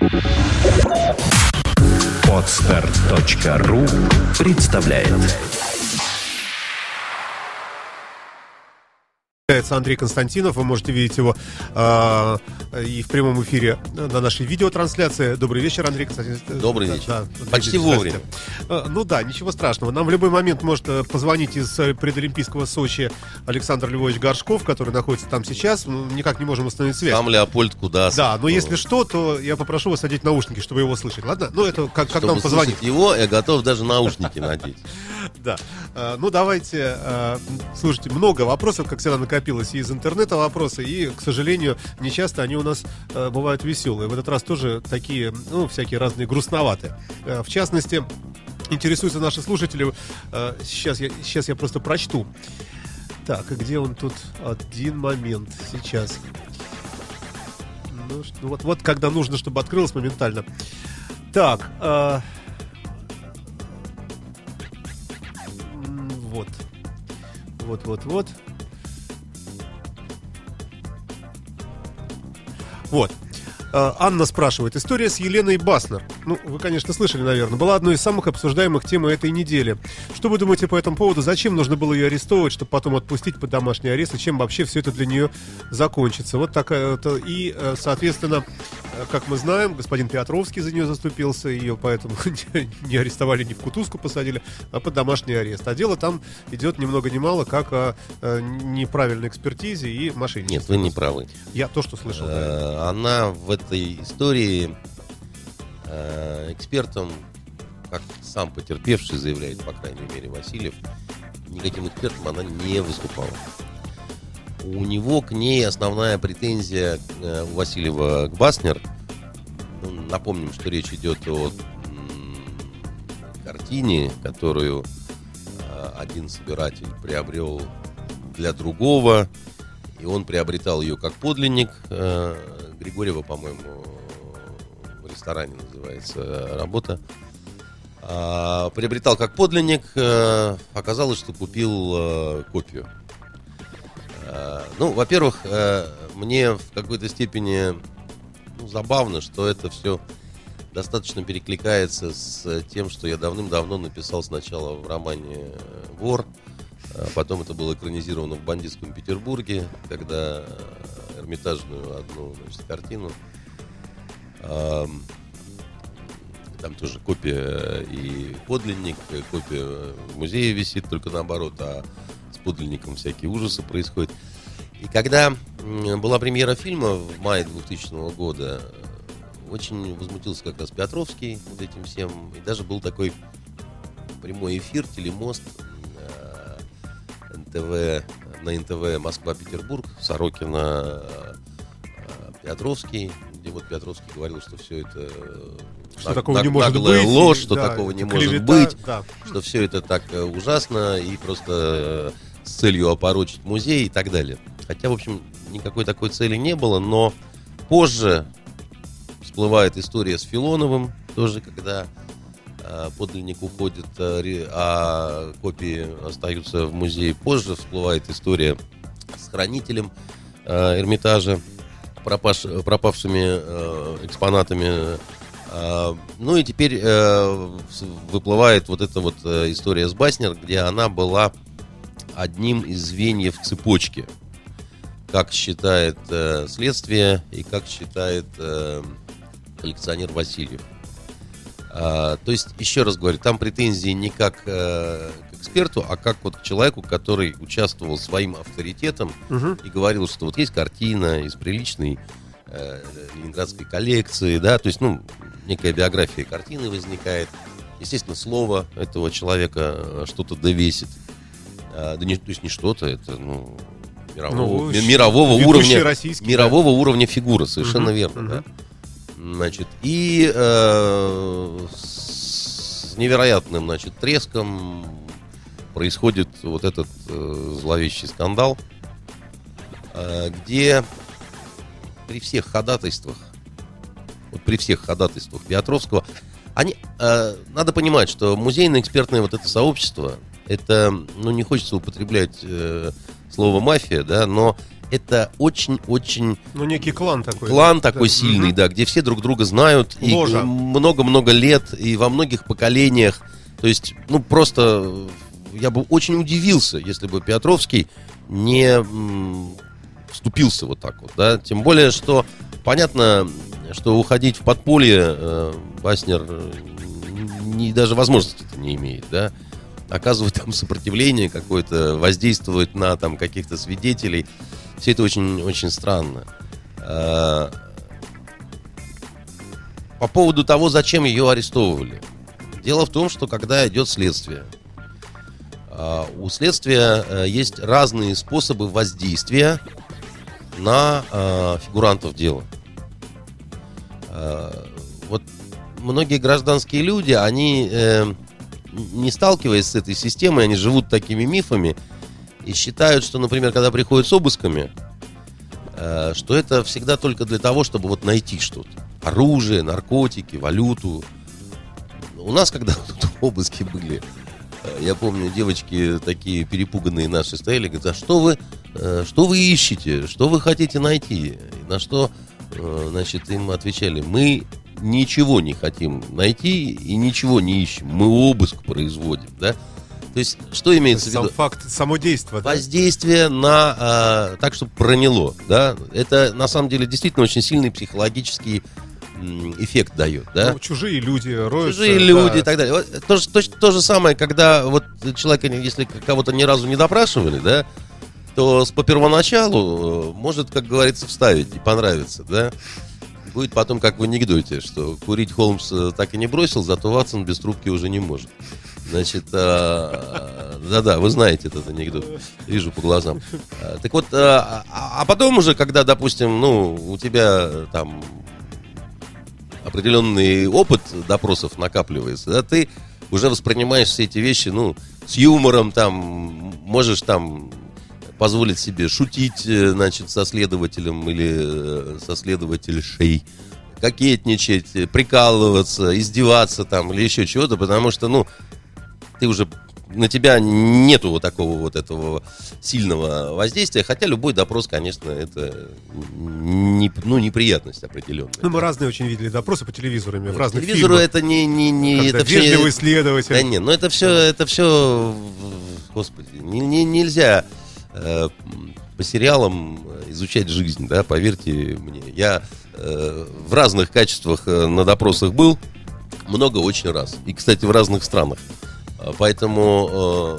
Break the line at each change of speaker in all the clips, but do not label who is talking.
Podster.ru представляет.
Андрей Константинов, вы можете видеть его и в прямом эфире на нашей видеотрансляции. Добрый вечер, Андрей Константинов.
Добрый вечер.
Да,
почти вовремя.
Ну да, ничего страшного. Нам в любой момент может позвонить из предолимпийского Сочи Александр Львович Горшков, который находится там сейчас. Мы никак не можем установить связь.
Сам Леопольд Кудасов.
Да, но если что, то я попрошу вас одеть наушники, чтобы его слышать. Ладно? Ну это когда он позвонит.
Чтобы его, я готов даже наушники надеть.
Да. Ну, давайте. Слушайте, много вопросов, как всегда, накопилось и из интернета вопросы, и, к сожалению, нечасто они у нас бывают веселые. В этот раз тоже такие, всякие разные грустноватые. В частности, интересуются наши слушатели. Сейчас я просто прочту. Так, и где он тут? Один момент. Сейчас. Вот когда нужно, чтобы открылось моментально. Так, Вот. Анна спрашивает. История с Еленой Баснер. Ну, вы, конечно, слышали, наверное. Была одной из самых обсуждаемых тем этой недели. Что вы думаете по этому поводу? Зачем нужно было ее арестовывать, чтобы потом отпустить под домашний арест? И чем вообще все это для нее закончится? Вот такая. И, соответственно, как мы знаем, господин Петровский за нее заступился. Ее поэтому не арестовали, не в кутузку посадили, а под домашний арест. А дело там идет ни много ни мало, как о неправильной экспертизе и мошенничестве.
Нет, вы не правы.
Я то, что слышал.
Она в этой истории экспертом, как сам потерпевший заявляет, по крайней мере, Васильев, никаким экспертом она не выступала. У него к ней основная претензия у Васильева к Баснер. Напомним, что речь идет о картине, которую один собиратель приобрел для другого, и он приобретал ее как подлинник. Григорьева, по-моему, в ресторане называется работа. Приобретал как подлинник, оказалось, что купил копию. Во-первых, мне в какой-то степени забавно, что это все достаточно перекликается с тем, что я давным-давно написал сначала в романе «Вор», потом это было экранизировано в «Бандитском Петербурге», когда Эрмитажную одну, картину. Там тоже копия и подлинник, копия в музее висит, только наоборот, а с подлинником всякие ужасы происходят. И когда была премьера фильма в мае 2000 года, очень возмутился как раз Петровский вот этим всем. И даже был такой прямой эфир, телемост на НТВ Москва-Петербург, Сорокина, Петровский, где вот Петровский говорил, что все это
такого не может быть,
ложь, что такого не может быть,
да.
Что все это так ужасно и просто с целью опорочить музей и так далее. Хотя, в общем, никакой такой цели не было, но позже всплывает история с Филоновым, тоже когда подлинник уходит, а копии остаются в музее. Позже всплывает история с хранителем Эрмитажа, пропавшими экспонатами. Ну и теперь выплывает вот эта вот история с Баснер, где она была одним из звеньев цепочки, как считает следствие и как считает коллекционер Васильев. То есть, еще раз говорю, там претензии не как к эксперту, а как вот к человеку, который участвовал своим авторитетом и говорил, что вот есть картина из приличной ленинградской коллекции, да, то есть, некая биография картины возникает. Естественно, слово этого человека что-то довесит. То есть не что-то, это мирового уровня фигура, совершенно верно, да. Значит, и с невероятным, треском происходит вот этот зловещий скандал, где при всех ходатайствах Петровского, надо понимать, что музейно-экспертное вот это сообщество, это, не хочется употреблять слово мафия, да, но это очень-очень...
Ну, некий клан такой.
Клан такой сильный, да, где все друг друга знают.
Ложа.
И много-много лет, и во многих поколениях. То есть, ну, просто я бы очень удивился, если бы Петровский не вступился вот так вот, да. Тем более, что понятно, что уходить в подполье Баснер даже возможности-то не имеет, да. Оказывать там сопротивление какое-то, воздействовать на там каких-то свидетелей. Все это очень-очень странно. По поводу того, зачем ее арестовывали. Дело в том, что когда идет следствие, у следствия есть разные способы воздействия на фигурантов дела. Вот многие гражданские люди, они, не сталкиваясь с этой системой, они живут такими мифами и считают, что, например, когда приходят с обысками, что это всегда только для того, чтобы вот найти что-то. Оружие, наркотики, валюту. У нас, когда тут обыски были, я помню, девочки такие перепуганные наши стояли, говорят: а что вы ищете? Что вы хотите найти? И на что, значит, им отвечали: мы ничего не хотим найти и ничего не ищем. Мы обыск производим, да? То есть, что имеется в виду?
Сам факт, само действие, да?
Воздействие на, так, чтобы проняло, да? Это, на самом деле, действительно очень сильный психологический эффект дает, да?
Ну, чужие люди роются.
Чужие люди и так далее. Вот, то же самое, когда вот человека, если кого-то ни разу не допрашивали, да, то по первоначалу может, как говорится, вставить и понравится, да? Будет потом, как в анекдоте, что курить Холмс так и не бросил, зато Ватсон без трубки уже не может. Значит, да-да, вы знаете этот анекдот, вижу по глазам. Так вот, а потом уже, когда, допустим, ну, у тебя там определенный опыт допросов накапливается, да, ты уже воспринимаешь все эти вещи, ну, с юмором, там, можешь там позволить себе шутить, значит, со следователем или со следовательшей, кокетничать, прикалываться, издеваться там или еще чего-то, потому что, ну, ты уже, на тебя нету вот такого вот этого сильного воздействия, хотя любой допрос, конечно, это неприятность определенная.
Ну, мы разные очень видели допросы по телевизору, в разных
телевизору
фильмах.
Это не
это
точнее,
вежливый следователь.
Да не, но это все, господи, нельзя по сериалам изучать жизнь, да, поверьте мне. Я в разных качествах на допросах был, много очень раз. И, кстати, в разных странах. Поэтому...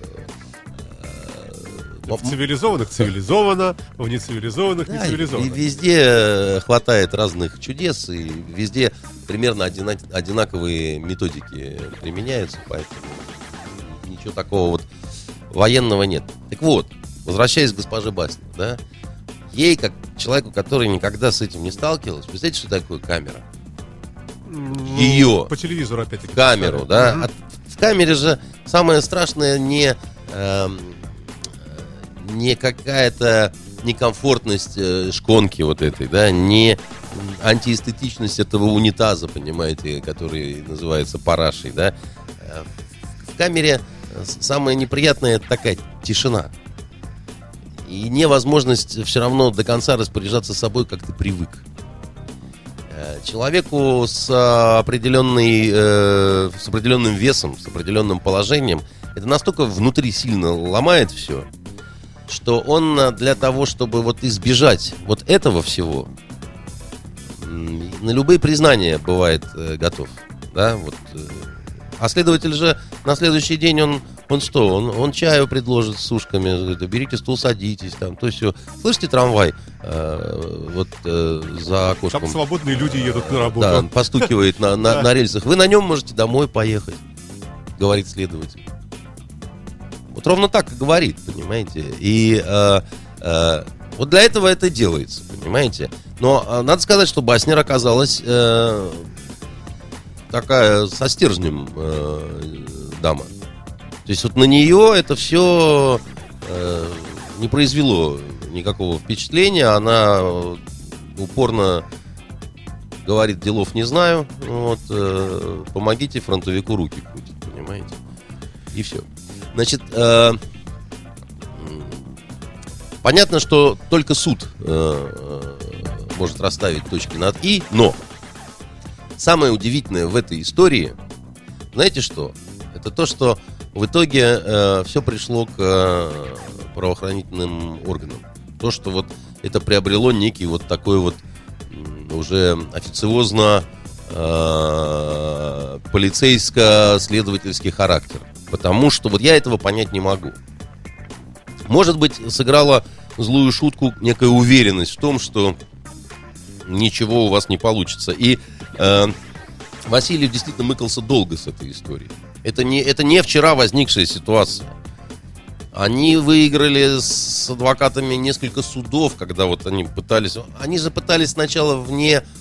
В цивилизованных цивилизованно, в нецивилизованных
да,
нецивилизованно.
И везде хватает разных чудес, и везде примерно одинаковые методики применяются, поэтому ничего такого вот военного нет. Так вот, возвращаясь к госпоже Баснер, да, ей, как человеку, который никогда с этим не сталкивался, представляете, что такое камера? Ее.
По телевизору, опять-таки.
Камеру, да. В камере же самое страшное не какая-то некомфортность шконки вот этой, да, не антиэстетичность этого унитаза, понимаете, который называется парашей, да. В камере самое неприятное — это такая тишина. И невозможность все равно до конца распоряжаться собой, как ты привык. Человеку с определенным весом, с определенным положением, это настолько внутри сильно ломает все, что он для того, чтобы вот избежать вот этого всего, на любые признания бывает готов. Да? Вот. А следователь же на следующий день он что? Он чаю предложит с ушками, говорит: берите стул, садитесь, там, то все. Слышите трамвай за окошком?
Там свободные люди едут на работу.
Да, он постукивает на рельсах. Вы на нем можете домой поехать, говорит следователь. Вот ровно так и говорит, понимаете? И вот для этого это делается, понимаете? Но надо сказать, что Баснер оказалась такая со стержнем дама. То есть вот на нее это все не произвело никакого впечатления. Она упорно говорит: делов не знаю, вот, помогите фронтовику руки крутить, понимаете? И все. Значит, Понятно, что только суд может расставить точки над «и», но самое удивительное в этой истории, знаете что? Это то, что в итоге все пришло к правоохранительным органам. То, что вот это приобрело некий вот такой вот уже официозно полицейско-следовательский характер. Потому что вот я этого понять не могу. Может быть, сыграла злую шутку некая уверенность в том, что ничего у вас не получится. И Васильев действительно мыкался долго с этой историей. Это не вчера возникшая ситуация. Они выиграли с адвокатами несколько судов, когда вот они пытались... Они же пытались сначала в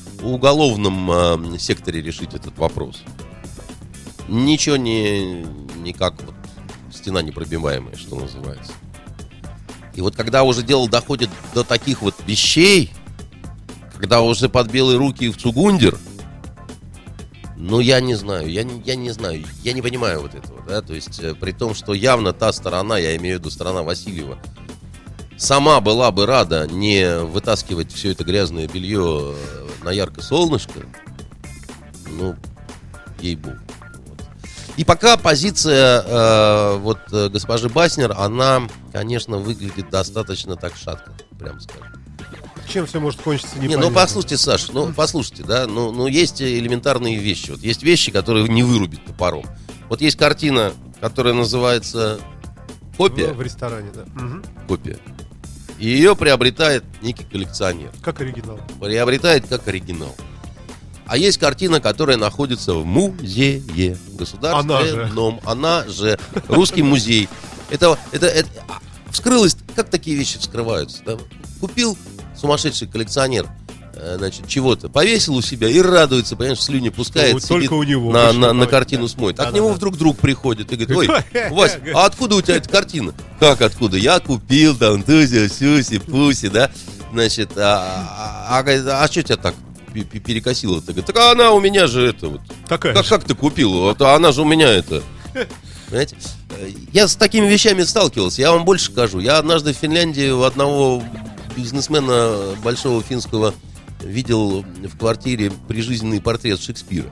неуголовном секторе решить этот вопрос. Ничего никак вот стена непробиваемая, что называется. И вот когда уже дело доходит до таких вот вещей, когда уже под белые руки в цугундер, ну, я не знаю, я не знаю, я не понимаю вот этого, да, то есть при том, что явно та сторона, я имею в виду сторона Васильева, сама была бы рада не вытаскивать все это грязное белье на яркое солнышко, ну, ей-богу. Вот. И пока позиция госпожи Баснер, она, конечно, выглядит достаточно так шатко, прямо скажем.
Чем все может кончиться, непонятно.
Не, ну послушайте, Саш, послушайте, да, ну есть элементарные вещи. Вот есть вещи, которые не вырубить топором. Вот есть картина, которая называется «Копия».
В ресторане, да. Угу.
«Копия». И ее приобретает некий коллекционер.
Как оригинал.
Приобретает как оригинал. А есть картина, которая находится в музее государственном. Она же Русский музей. Это вскрылось, как такие вещи вскрываются, да? Купил сумасшедший коллекционер, значит, чего-то, повесил у себя и радуется, понимаешь, слюни пускает, сидит
у него
на картину смотрит. А к нему вдруг друг приходит и говорит: ой, Вась, а откуда у тебя эта картина? Как откуда? Я купил там Тузи, Сюси, Пуси, да? Значит, а что тебя так перекосило-то? Так она у меня же это вот.
Такая
как ты купил? Вот, она же у меня это. Понимаете? Я с такими вещами сталкивался. Я вам больше скажу. Я однажды в Финляндии у одного бизнесмена большого финского видел в квартире прижизненный портрет Шекспира.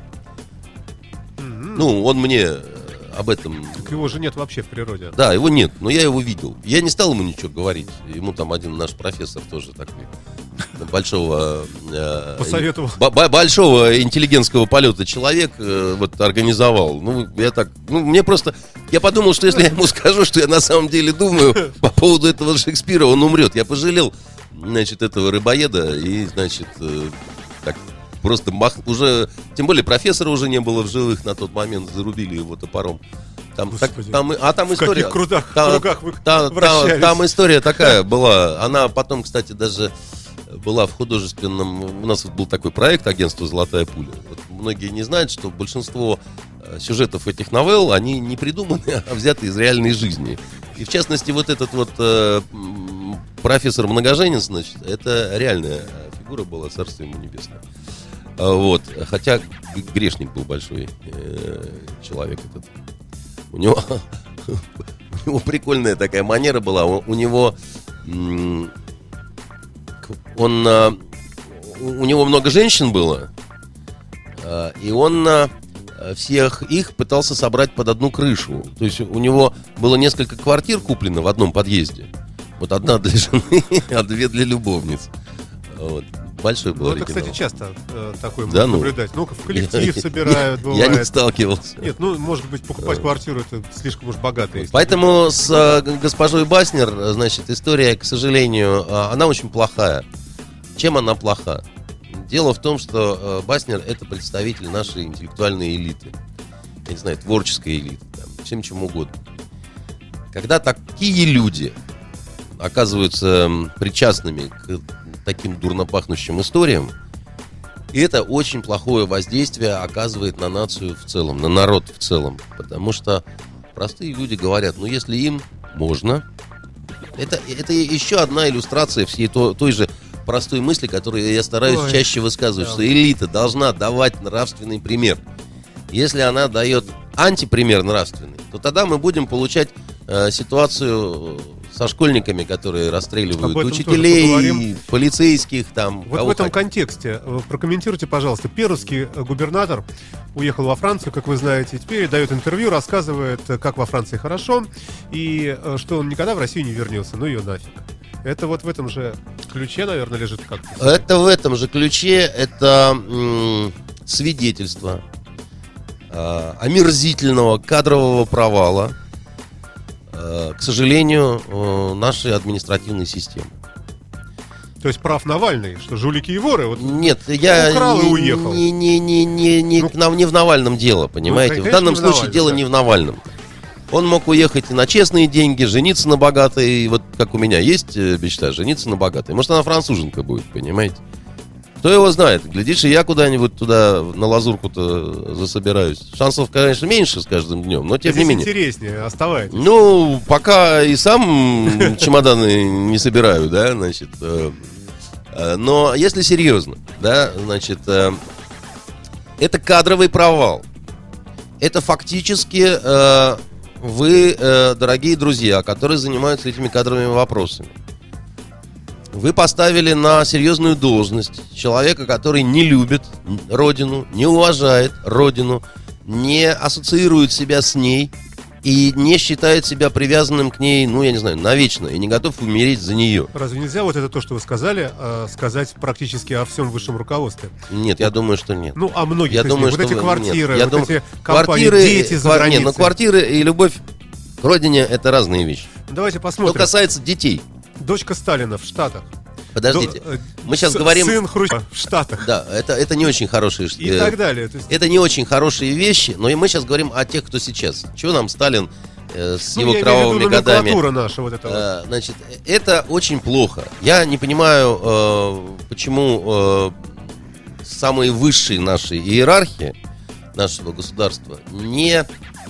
Ну, он мне об этом...
Так его же нет вообще в природе.
Да, его нет, но я его видел. Я не стал ему ничего говорить. Ему там один наш профессор тоже такой большого...
Посоветовал.
Большого интеллигентского полета человек вот организовал. Ну, я так... Ну, мне просто... Я подумал, что если я ему скажу, что я на самом деле думаю по поводу этого Шекспира, он умрет. Я пожалел, значит, этого рыбоеда и, значит, так просто уже... Тем более профессора уже не было в живых на тот момент, зарубили его топором. Там история...
В каких кругах вы вращались?
Там история такая была. Она потом, кстати, даже была в художественном... У нас вот был такой проект агентства «Золотая пуля». Вот многие не знают, что большинство сюжетов этих новелл, они не придуманы, а взяты из реальной жизни. И в частности, вот этот вот профессор Многоженец, значит, это реальная фигура была, царство ему небесное. Вот. Хотя грешник был большой человек этот. У него прикольная такая манера была. У него много женщин было, и он всех их пытался собрать под одну крышу. То есть у него было несколько квартир куплено в одном подъезде. Вот одна для жены, а две для любовниц. Вот. Большой был оригинал.
Это, кстати, часто такое можно наблюдать. Ну, в коллектив собирают, бывает.
Я не сталкивался.
Нет, ну, может быть, покупать квартиру, это слишком уж богатые.
Поэтому с госпожой Баснер, значит, история, к сожалению, она очень плохая. Чем она плоха? Дело в том, что Баснер — это представитель нашей интеллектуальной элиты. Я не знаю, творческой элиты, всем чем угодно. Когда такие люди оказываются причастными к таким дурно пахнущим историям, и это очень плохое воздействие оказывает на нацию в целом, на народ в целом. Потому что простые люди говорят: ну, если им можно... Это еще одна иллюстрация всей той же простой мысли, которую я стараюсь чаще высказывать, что элита должна давать нравственный пример. Если она дает антипример нравственный, то тогда мы будем получать ситуацию со школьниками, которые расстреливают
Об этом
учителей, полицейских там.
Вот в этом контексте прокомментируйте, пожалуйста. Пермский губернатор уехал во Францию, как вы знаете, теперь дает интервью, рассказывает, как во Франции хорошо, и что он никогда в Россию не вернется. Ну ее нафиг. Это вот в этом же ключе, наверное, лежит как-то.
Это в этом же ключе, это свидетельство омерзительного кадрового провала, к сожалению, нашей административной системы.
То есть прав Навальный, что жулики и воры. Вот
нет, я
украл и уехал.
Не в Навальном дело, понимаете?
Ну,
в данном случае дело не в Навальном. Он мог уехать и на честные деньги, жениться на богатой. Вот как у меня есть мечта, жениться на богатой. Может, она француженка будет, понимаете? Кто его знает? Глядишь, и я куда-нибудь туда на лазурку-то засобираюсь. Шансов, конечно, меньше с каждым днем, но тем не менее.
Интереснее, оставайтесь.
Ну, пока и сам чемоданы не собираю, да, значит. Но если серьезно, да, значит, это кадровый провал. Это фактически вы, дорогие друзья, которые занимаются этими кадровыми вопросами. Вы поставили на серьезную должность человека, который не любит родину, не уважает родину, не ассоциирует себя с ней и не считает себя привязанным к ней, ну, я не знаю, навечно, и не готов умереть за нее.
Разве нельзя вот это то, что вы сказали, сказать практически о всем высшем руководстве?
Нет, я думаю, что нет.
Ну, о многих
я
из
думаю,
них. Вот эти квартиры,
нет,
эти компании, дети за границей.
Нет, но квартиры и любовь к родине – это разные вещи.
Давайте посмотрим.
Что касается детей.
Дочка Сталина в Штатах.
Подождите, мы сейчас говорим...
Сын Хрущева в Штатах.
Да, это не очень хорошие...
И так далее. То есть...
Это не очень хорошие вещи, но и мы сейчас говорим о тех, кто сейчас. Чего нам Сталин с его кровавыми годами...
наша вот эта вот.
Значит, это очень плохо. Я не понимаю, почему самые высшие наши иерархии нашего государства не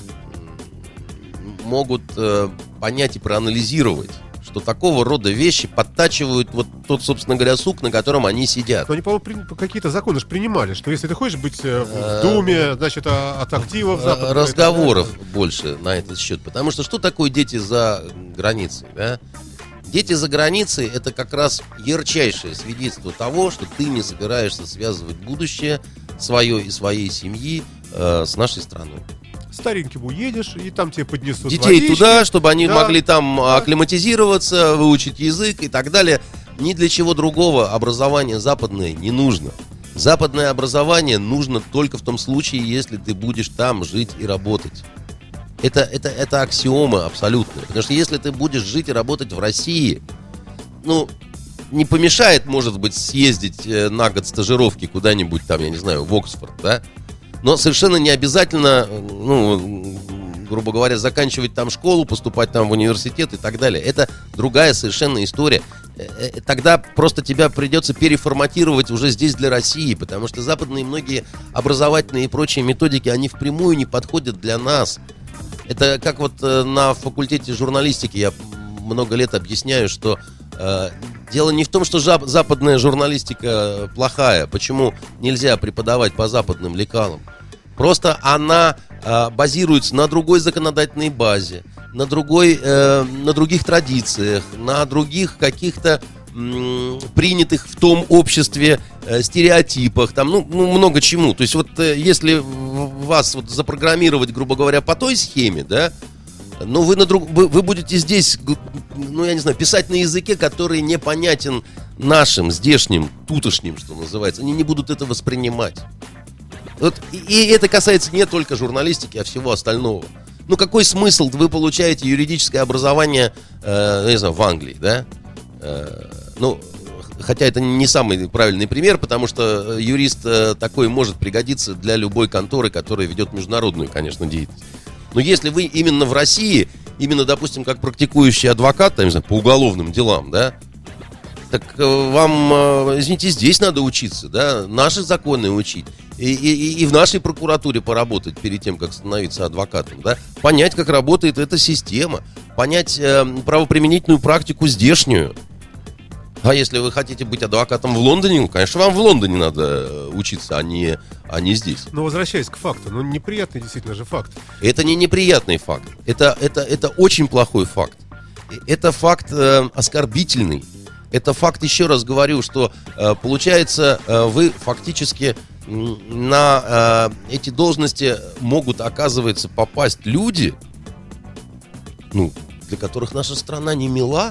могут понять и проанализировать, что такого рода вещи подтачивают вот тот, собственно говоря, сук, на котором они сидят.
Но они, по-моему, какие-то законы же принимали, что если ты хочешь быть в Думе, значит, от активов Запада...
Разговоров больше на этот счет. Потому что такое дети за границей, да? Дети за границей — это как раз ярчайшее свидетельство того, что ты не собираешься связывать будущее свое и своей семьи с нашей страной.
Стареньким уедешь, и там тебе поднесут
детей
водички,
туда, чтобы они могли там акклиматизироваться, выучить язык и так далее. Ни для чего другого образование западное не нужно. Западное образование нужно только в том случае, если ты будешь там жить и работать. Это аксиома абсолютная. Потому что если ты будешь жить и работать в России, ну, не помешает, может быть, съездить на год стажировки куда-нибудь там, я не знаю, в Оксфорд, да? Но совершенно не обязательно, ну, грубо говоря, заканчивать там школу, поступать там в университет и так далее. Это другая совершенно история. Тогда просто тебя придется переформатировать уже здесь для России, потому что западные многие образовательные и прочие методики, они впрямую не подходят для нас. Это как вот на факультете журналистики я много лет объясняю, что дело не в том, что западная журналистика плохая. Почему нельзя преподавать по западным лекалам? Просто она базируется на другой законодательной базе, на других традициях, на других каких-то принятых в том обществе стереотипах, там, ну, много чему. То есть вот если вас вот запрограммировать, грубо говоря, по той схеме, да, но вы будете здесь, ну, я не знаю, писать на языке, который непонятен нашим, здешним, тутошним, что называется. Они не будут это воспринимать. Вот, и это касается не только журналистики, а всего остального. Ну, какой смысл вы получаете юридическое образование, я не знаю, в Англии, да? Ну, хотя это не самый правильный пример, потому что юрист такой может пригодиться для любой конторы, которая ведет международную, конечно, деятельность. Но если вы именно в России, именно, допустим, как практикующий адвокат, там, не знаю, по уголовным делам, да, так вам, извините, здесь надо учиться, да, наши законы учить. И в нашей прокуратуре поработать перед тем, как становиться адвокатом, да, понять, как работает эта система, понять правоприменительную практику здешнюю. А если вы хотите быть адвокатом в Лондоне, ну, конечно, вам в Лондоне надо учиться, а не здесь.
Но возвращаясь к факту, ну, неприятный действительно же факт.
Это не неприятный факт, это очень плохой факт. это факт оскорбительный. Это факт, еще раз говорю, что получается, вы фактически на эти должности могут, оказывается, попасть люди, ну, для которых наша страна не мила.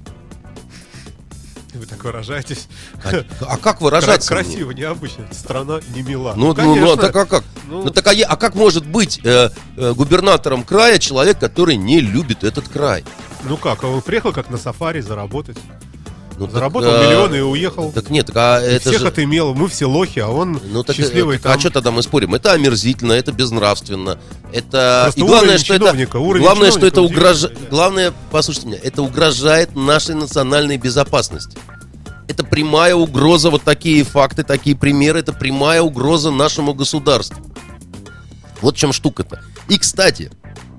Вы так выражаетесь.
А как выражаться?
Красиво, необычно. Страна не мила.
Ну, так а как? А как может быть губернатором края человек, который не любит этот край?
Ну как, он приехал как на сафари заработать.
Ну,
заработал миллионы и уехал.
Так нет, это
всех
же...
отымел, мы все лохи, а он счастливый
там. А что тогда мы спорим? Это омерзительно, это безнравственно. Это...
И главное, что это
угрожает. Главное, послушайте меня, это угрожает нашей национальной безопасности. Это прямая угроза, вот такие факты, такие примеры, это прямая угроза нашему государству. Вот в чем штука-то. И, кстати,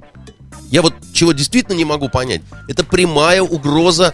я вот чего действительно не могу понять, это прямая угроза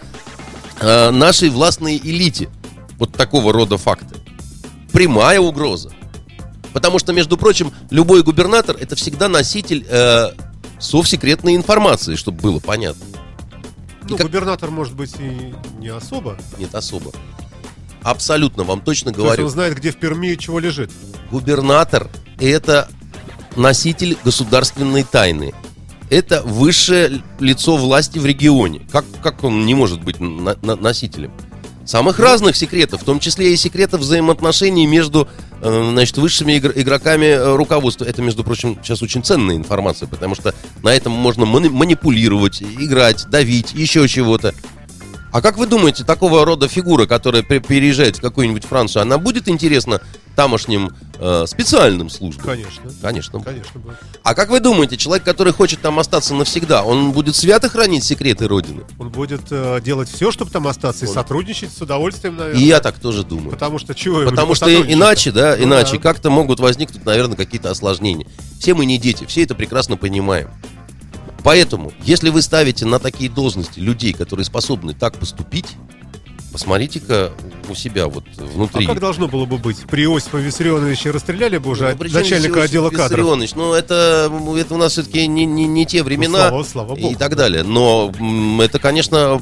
нашей властной элите. Вот такого рода факты. Прямая угроза. Потому что, между прочим, любой губернатор — это всегда носитель совсекретной информации, чтобы было понятно.
Ну, губернатор, может быть, и не особо.
Нет, особо. Абсолютно, вам точно говорю.
То есть он знает, где в Перми чего лежит.
Губернатор — это носитель государственной тайны. Это высшее лицо власти в регионе. Как он не может быть носителем? Самых разных секретов, в том числе и секретов взаимоотношений между, значит, высшими игроками руководства. Это, между прочим, сейчас очень ценная информация, потому что на этом можно манипулировать, играть, давить, еще чего-то. А как вы думаете, такого рода фигура, которая переезжает в какую-нибудь Францию, она будет интересна тамошним специальным службам?
Конечно.
Будет. А как вы думаете, человек, который хочет там остаться навсегда, он будет свято хранить секреты Родины?
Он будет делать все, чтобы там остаться, и сотрудничать с удовольствием, наверное.
И я так тоже думаю.
Потому что
иначе, как-то могут возникнуть, наверное, какие-то осложнения. Все мы не дети, все это прекрасно понимаем. Поэтому, если вы ставите на такие должности людей, которые способны так поступить, посмотрите-ка у себя вот внутри.
А как должно было бы быть? При Иосифе Виссарионовиче расстреляли бы уже начальника отдела кадров?
Это у нас все-таки не те времена,
слава Богу,
и так далее. Но это, конечно,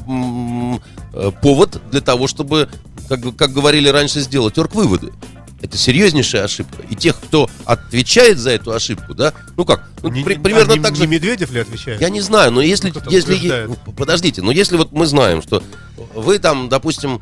повод для того, чтобы, как говорили раньше, сделать оргвыводы. Это серьезнейшая ошибка. И тех, кто отвечает за эту ошибку, да, примерно так же.
Не Медведев ли отвечает?
Я не знаю, но если подождите, но если вот мы знаем, что вы там, допустим,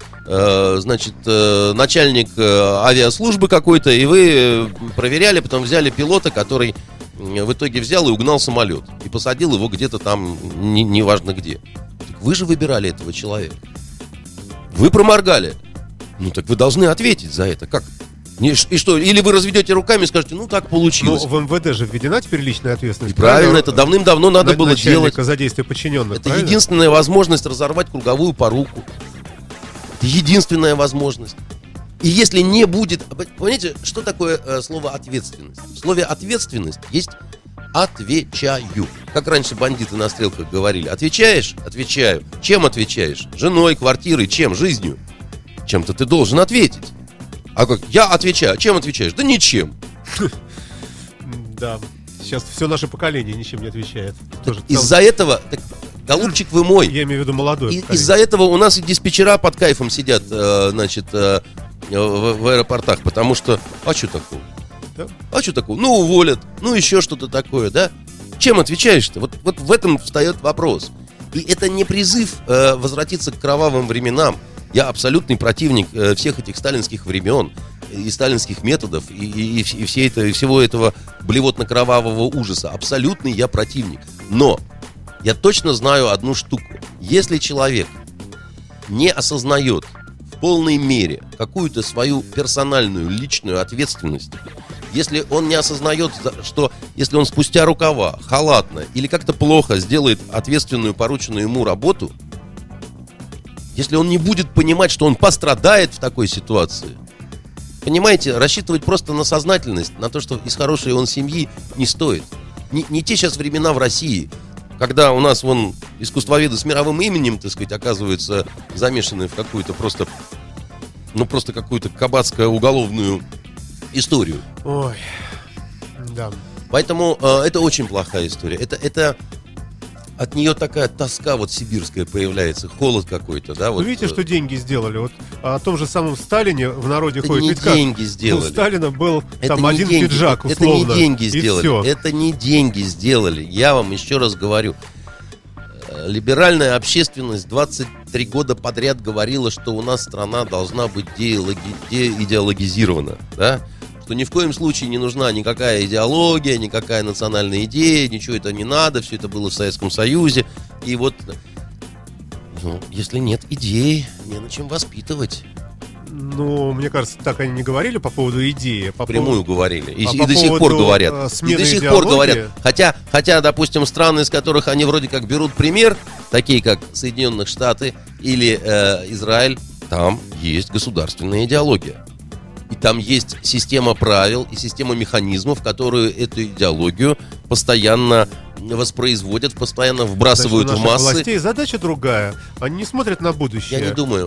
начальник авиаслужбы какой-то, и вы проверяли, потом взяли пилота, который в итоге взял и угнал самолет и посадил его где-то там, неважно где. Так вы же выбирали этого человека. Вы проморгали. Ну так вы должны ответить за это. Как? И что? Или вы разведете руками и скажете, так получилось.
Но в МВД же введена теперь личная ответственность.
И правильно, это давным-давно надо было делать.
За действия подчиненных.
Это единственная возможность разорвать круговую поруку. Это единственная возможность. И если не будет... Понимаете, что такое слово ответственность? В слове ответственность есть отвечаю. Как раньше бандиты на стрелках говорили. Отвечаешь? Отвечаю. Чем отвечаешь? Женой, квартирой, чем? Жизнью. Чем-то ты должен ответить. А как? Я отвечаю. Чем отвечаешь? Да ничем.
Да. Сейчас все наше поколение ничем не отвечает.
Из-за этого, голубчик вы мой.
Я имею в виду молодое.
Из-за этого у нас и диспетчера под кайфом сидят, в аэропортах, потому что, а что такого? Да? А что такого? Ну, уволят, еще что-то такое, да? Чем отвечаешь-то? Вот в этом встает вопрос. И это не призыв возвратиться к кровавым временам. Я абсолютный противник всех этих сталинских времен и сталинских методов и всего этого блевотно-кровавого ужаса. Абсолютный я противник. Но я точно знаю одну штуку. Если человек не осознает в полной мере какую-то свою персональную личную ответственность, если он не осознает, что если он спустя рукава, халатно или как-то плохо сделает ответственную порученную ему работу, если он не будет понимать, что он пострадает в такой ситуации, понимаете, рассчитывать просто на сознательность, на то, что из хорошей он семьи, не стоит. Не те сейчас времена в России, когда у нас искусствоведы с мировым именем, так сказать, оказываются замешаны в какую-то просто какую-то кабацкую уголовную историю.
Ой, да.
Поэтому это очень плохая история. Это от нее такая тоска вот сибирская появляется, холод какой-то, да? Вот,
видите, что деньги сделали? Вот о том же самом Сталине в народе
это
ходит.
не
Ведь как?
деньги сделали.
У Сталина был
Это
там
не
один
деньги,
пиджак,
это
условно.
не деньги
и
сделали.
всё.
Это не деньги сделали. Я вам еще раз говорю. Либеральная общественность 23 года подряд говорила, что у нас страна должна быть деидеологизирована, да? Что ни в коем случае не нужна никакая идеология, никакая национальная идея, ничего это не надо, все это было в Советском Союзе. И вот, если нет идеи, не на чем воспитывать.
Ну, мне кажется, так они не говорили по поводу идеи.
Прямую говорили. И
по
до сих пор
поводу,
говорят. И
смены
до сих
идеологии?
пор говорят. Хотя, допустим, страны, из которых они вроде как берут пример, такие как Соединенные Штаты или Израиль, там есть государственная идеология. И там есть система правил и система механизмов, которые эту идеологию постоянно воспроизводят, постоянно вбрасывают в массы.
Властей задача другая. Они не смотрят на будущее.
Я не думаю,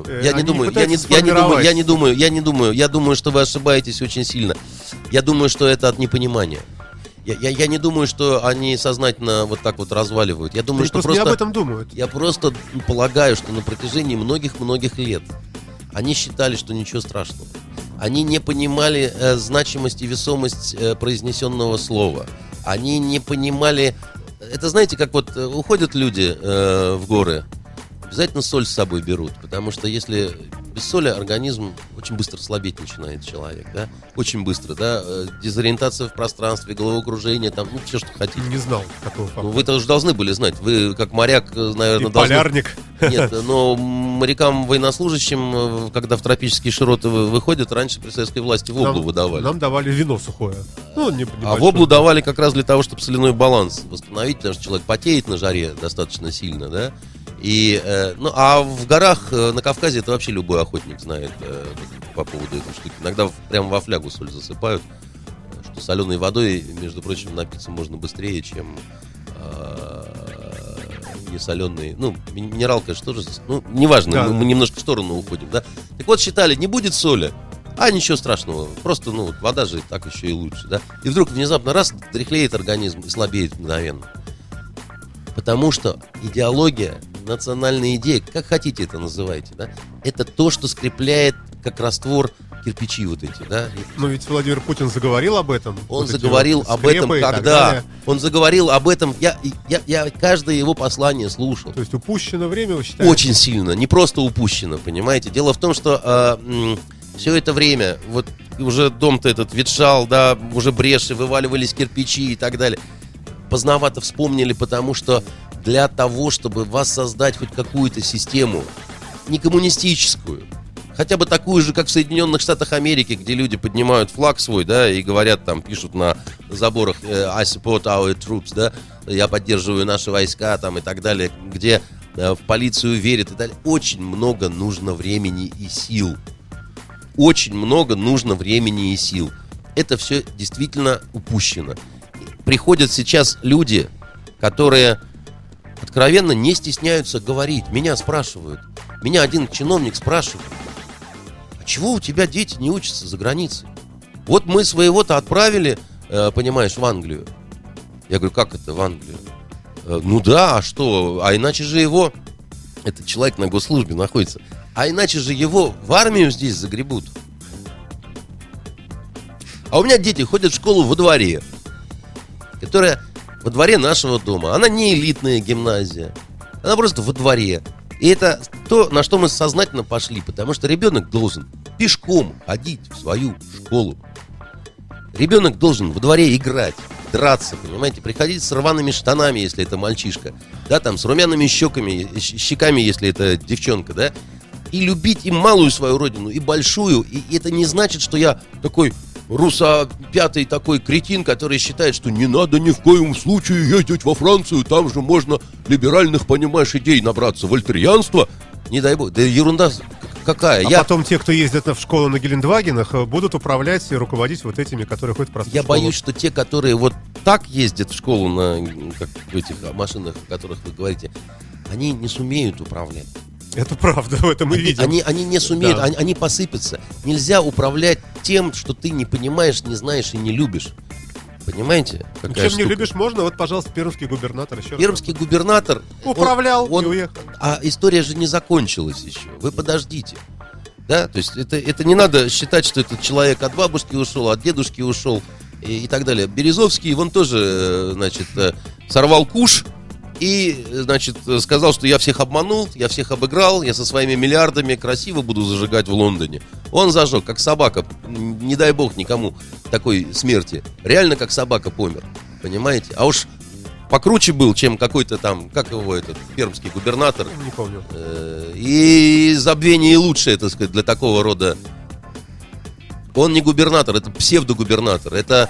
что вы ошибаетесь очень сильно. Я думаю, что это от непонимания. Я не думаю, что они сознательно вот так вот разваливают. Я думаю, что
просто не об этом думают.
Я просто полагаю, что на протяжении многих-многих лет они считали, что ничего страшного. Они не понимали значимость и весомость произнесенного слова. Они не понимали... Это знаете, как вот уходят люди в горы, обязательно соль с собой берут, потому что если без соли организм очень быстро слабеть начинает человек, да? Очень быстро, да? Дезориентация в пространстве, головокружение, там, все, что хотите.
Не знал такого факта.
Вы тоже должны были знать. Вы, как моряк, наверное,
и полярник.
Нет, но морякам-военнослужащим, когда в тропические широты выходят, раньше при советской власти воблу выдавали.
Нам давали вино сухое.
А воблу давали как раз для того, чтобы соляной баланс восстановить, потому что человек потеет на жаре достаточно сильно, да? И, а в горах на Кавказе это вообще любой охотник знает по поводу этой штуки. Иногда прямо во флягу соль засыпают, что соленой водой, между прочим, напиться можно быстрее, чем несоленой. Минералка же тоже, неважно,
да.
Мы немножко в сторону уходим, да. Так вот, считали, не будет соли, а ничего страшного, просто, вода же так еще и лучше, да. И вдруг внезапно раз, дряхлеет организм и слабеет мгновенно. Потому что идеология, национальная идея, как хотите это называйте, да, это то, что скрепляет как раствор кирпичи вот эти, да.
Но ведь Владимир Путин заговорил об этом.
Он заговорил об этом, когда? Он заговорил об этом, я каждое его послание слушал.
То есть упущено время, вы считаете?
Очень сильно, не просто упущено, понимаете. Дело в том, что все это время, вот уже дом-то этот ветшал, да, уже бреши, вываливались кирпичи и так далее. Поздновато вспомнили, потому что для того, чтобы воссоздать хоть какую-то систему, не коммунистическую, хотя бы такую же, как в Соединенных Штатах Америки, где люди поднимают флаг свой, да, и говорят, там, пишут на заборах I support our troops, да, я поддерживаю наши войска, там, и так далее, где в полицию верят и далее. Очень много нужно времени и сил. Очень много нужно времени и сил. Это все действительно упущено. Приходят сейчас люди, которые откровенно не стесняются говорить. Меня спрашивают. Меня один чиновник спрашивает: а чего у тебя дети не учатся за границей? Вот мы своего-то отправили, понимаешь, в Англию. Я говорю, как это в Англию? Ну да, а что? А иначе же его... Этот человек на госслужбе находится. А иначе же его в армию здесь загребут. А у меня дети ходят в школу во дворе, которая во дворе нашего дома. Она не элитная гимназия. Она просто во дворе. И это то, на что мы сознательно пошли. Потому что ребенок должен пешком ходить в свою школу. Ребенок должен во дворе играть, драться, понимаете, приходить с рваными штанами, если это мальчишка, да, там, с румяными щеками, если это девчонка, да, и любить и малую свою родину, и большую, и это не значит, что я такой русопятый такой кретин, который считает, что не надо ни в коем случае ездить во Францию, там же можно либеральных, понимаешь, идей набраться, вольтерианства, не дай бог, да ерунда какая.
Потом те, кто ездят в школу на Гелендвагенах, будут управлять и руководить вот этими, которые ходят просто в школу.
Я боюсь, что те, которые вот так ездят в школу на как в этих машинах, о которых вы говорите, они не сумеют управлять.
Это правда, в этом мы видим.
Они не сумеют,
да.
они посыпятся. Нельзя управлять тем, что ты не понимаешь, не знаешь и не любишь. Понимаете? Какая
Чем не
штука?
любишь, можно. Вот, пожалуйста, пермский губернатор. Еще раз.
Пермский губернатор...
Управлял
он-
и уехал.
А история же не закончилась еще. Вы подождите. Да, то есть это не надо считать, что этот человек от бабушки ушел, от дедушки ушел и так далее. Березовский, он тоже, значит, сорвал куш и, значит, сказал, что я всех обманул, я всех обыграл, я со своими миллиардами красиво буду зажигать в Лондоне. Он зажег, как собака, не дай бог никому такой смерти. Реально, как собака помер, понимаете? А уж покруче был, чем какой-то там, как его этот, пермский губернатор.
Не помню.
И забвение лучшее, так сказать, для такого рода. Он не губернатор, это псевдогубернатор. Это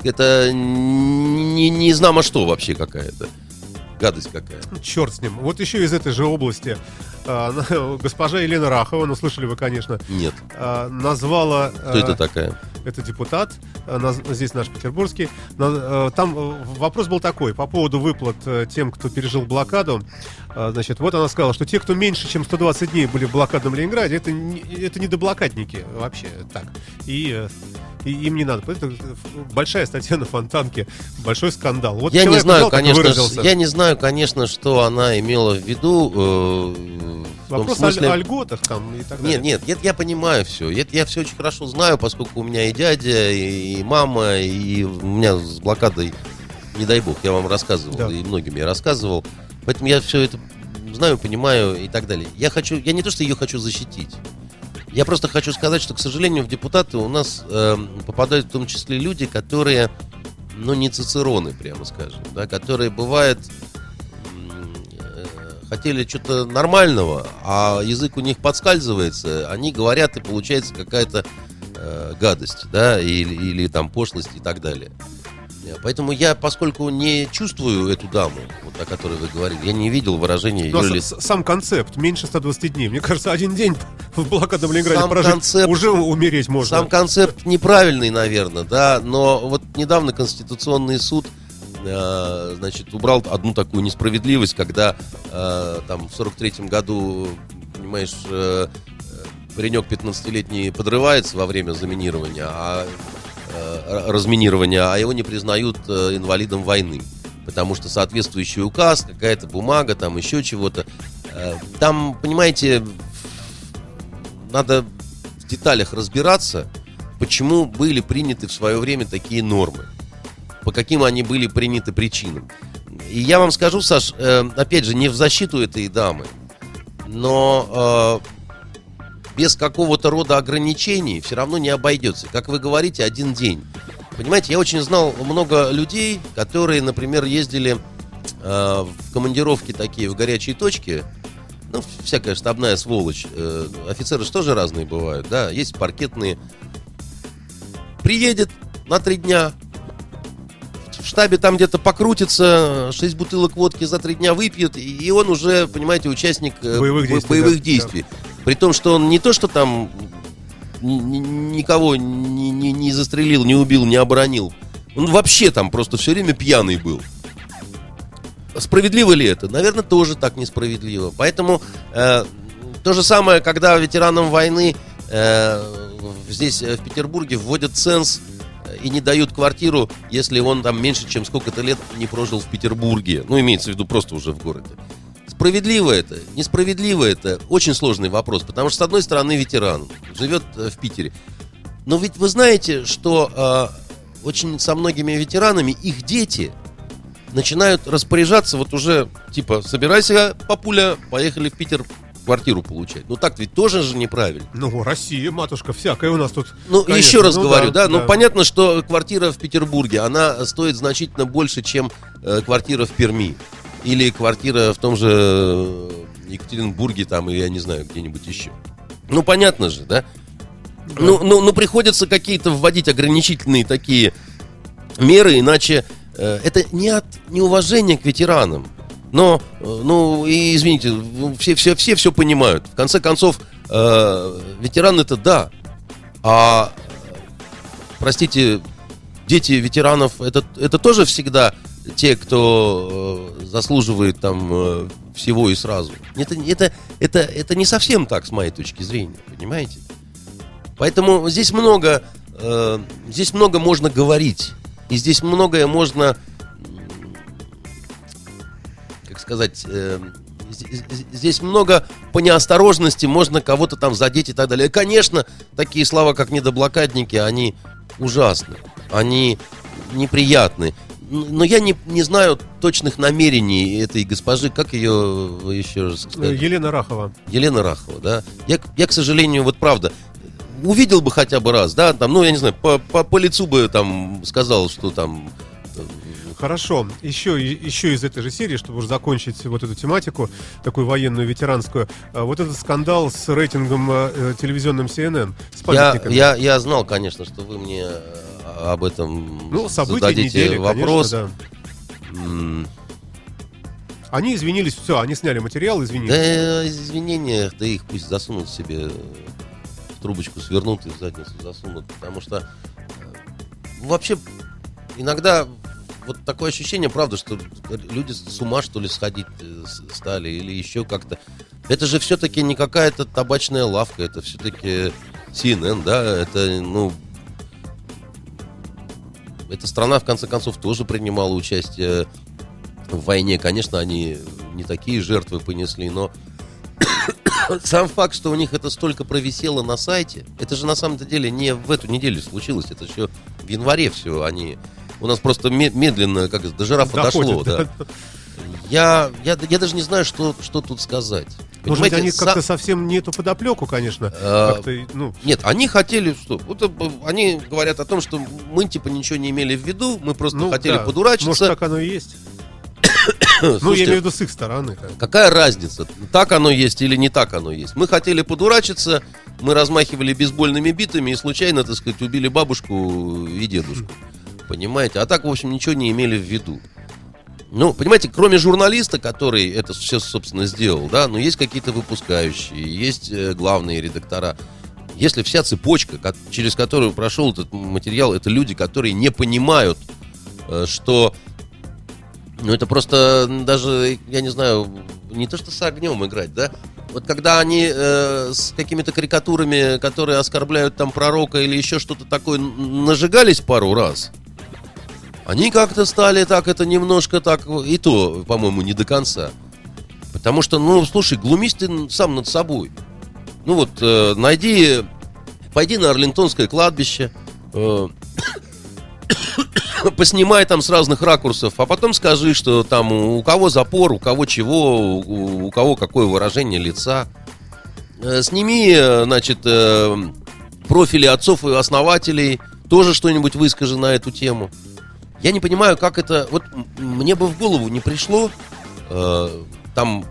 не знамо что вообще какая-то. Гадость какая.
Черт с ним. Вот еще из этой же области госпожа Елена Рахова, ну слышали вы, конечно,
Нет.
назвала...
Кто это такая?
Это депутат, здесь наш петербургский. Там вопрос был такой, по поводу выплат тем, кто пережил блокаду. Значит, вот она сказала, что те, кто меньше, чем 120 дней были в блокадном Ленинграде, это не доблокадники вообще, так. И им не надо. Это большая статья на Фонтанке, большой скандал. Вот
Я не знаю, конечно,
выразился.
что она имела в виду.
Вопрос
в смысле...
о льготах там и так далее.
Нет, я понимаю все. Я все очень хорошо знаю, поскольку у меня и дядя, и мама, и у меня с блокадой, не дай бог, я вам рассказывал,
Да.
и многим я рассказывал. Поэтому я все это знаю, понимаю и так далее. Я не то, что ее хочу защитить. Я просто хочу сказать, что, к сожалению, в депутаты у нас попадают в том числе люди, которые, не цицероны, прямо скажем, да, которые, бывает, хотели что-то нормального, а язык у них подскальзывается, они говорят, и получается какая-то гадость, да, или там пошлость и так далее. Поэтому я, поскольку не чувствую эту даму, вот о которой вы говорили, я не видел выражения ее лица.
Сам концепт, меньше 120 дней. Мне кажется, один день в блокадном Ленинграде
Сам
прожить,
концепт-
уже умереть можно.
Сам концепт неправильный, наверное, да, но вот недавно Конституционный суд, значит, убрал одну такую несправедливость, когда там в 43-м году, понимаешь, паренек 15-летний подрывается во время разминирования, а его не признают инвалидом войны, потому что соответствующий указ, какая-то бумага, там еще чего-то. Там, понимаете, надо в деталях разбираться, почему были приняты в свое время такие нормы, по каким они были приняты причинам. И я вам скажу, Саш, опять же, не в защиту этой дамы, но без какого-то рода ограничений все равно не обойдется. Как вы говорите, один день. Понимаете, я очень знал много людей, которые, например, ездили в командировки такие в горячие точки. Ну, всякая штабная сволочь. Офицеры же тоже разные бывают, да. Есть паркетные. Приедет на 3 дня. В штабе там где-то покрутится, 6 бутылок водки за 3 дня выпьет, и он уже, понимаете, участник боевых действий. Да. При том, что он не то, что там никого не застрелил, не убил, не оборонил. Он вообще там просто все время пьяный был. Справедливо ли это? Наверное, тоже так несправедливо. Поэтому то же самое, когда ветеранам войны здесь в Петербурге вводят ценз и не дают квартиру, если он там меньше, чем сколько-то лет не прожил в Петербурге. Ну, имеется в виду просто уже в городе. Справедливо это, несправедливо это, очень сложный вопрос, потому что, с одной стороны, ветеран живет в Питере. Но ведь вы знаете, что очень со многими ветеранами их дети начинают распоряжаться вот уже, типа, собирайся, папуля, поехали в Питер квартиру получать. Ну так ведь тоже же неправильно.
Ну, Россия, матушка, всякая у нас тут.
Ну,
конечно.
еще раз говорю, да, ну понятно, что квартира в Петербурге, она стоит значительно больше, чем квартира в Перми. Или квартира в том же Екатеринбурге, там, или я не знаю, где-нибудь еще. Ну, понятно же, да? Да. Ну, приходится какие-то вводить ограничительные такие меры, иначе это не от неуважения к ветеранам. Но, и извините, все понимают. В конце концов, ветеран это да. А, простите, дети ветеранов это тоже всегда те, кто заслуживает там всего и сразу. Это не совсем так, с моей точки зрения, понимаете? Поэтому здесь много можно говорить. И здесь многое можно, как сказать, здесь много по неосторожности можно кого-то там задеть и так далее. И, конечно, такие слова, как недоблокадники, они ужасны, они неприятны. Но я не знаю точных намерений этой госпожи. Как ее еще раз сказать?
Елена Рахова.
Елена Рахова, да. Я, к сожалению, вот правда, увидел бы хотя бы раз, да, там, ну, я не знаю, по лицу бы там сказал, что там...
Хорошо, еще из этой же серии, чтобы уже закончить вот эту тематику, такую военную, ветеранскую, вот этот скандал с рейтингом телевизионным CNN, с памятниками.
Я знал, конечно, что вы мне об этом зададите недели, вопрос.
Конечно, да. Они извинились, все, они сняли материал, извинились.
Да, извинения, да их пусть засунут себе в трубочку, свернут и в задницу засунут, потому что вообще иногда... Вот такое ощущение, правда, что люди с ума, что ли, сходить стали или еще как-то. Это же все-таки не какая-то табачная лавка, это все-таки CNN, да, это, ну... Эта страна, в конце концов, тоже принимала участие в войне. Конечно, они не такие жертвы понесли, но сам факт, что у них это столько провисело на сайте, это же на самом деле не в эту неделю случилось, это еще в январе все, они... У нас просто медленно, как до жирафа дошло, да. Я даже не знаю, что тут сказать.
Может, они как-то совсем не эту подоплеку, конечно.
Нет, они хотели что? Вот, они говорят о том, что мы типа ничего не имели в виду, мы просто хотели подурачиться.
Может, так оно и есть. Ну, я имею в виду с их стороны.
Какая разница, так оно есть или не так оно есть? Мы хотели подурачиться, мы размахивали бейсбольными битами и случайно, так сказать, убили бабушку и дедушку. Понимаете? А так, в общем, ничего не имели в виду. Ну, понимаете, кроме журналиста, который это все, собственно, сделал, да, но есть какие-то выпускающие, есть главные редактора. Если вся цепочка, через которую прошел этот материал, это люди, которые не понимают, что... Ну, это просто даже, я не знаю, не то что с огнем играть, да? Вот когда они с какими-то карикатурами, которые оскорбляют там пророка или еще что-то такое, нажигались пару раз... Они как-то стали так, это немножко так, и то, по-моему, не до конца. Потому что, ну, слушай, глумись ты сам над собой. Ну вот, пойди на Арлингтонское кладбище, поснимай там с разных ракурсов, а потом скажи, что там у кого запор, у кого чего, у кого какое выражение лица. Сними, значит, профили отцов и основателей, тоже что-нибудь выскажи на эту тему. Я не понимаю, как это... Вот мне бы в голову не пришло там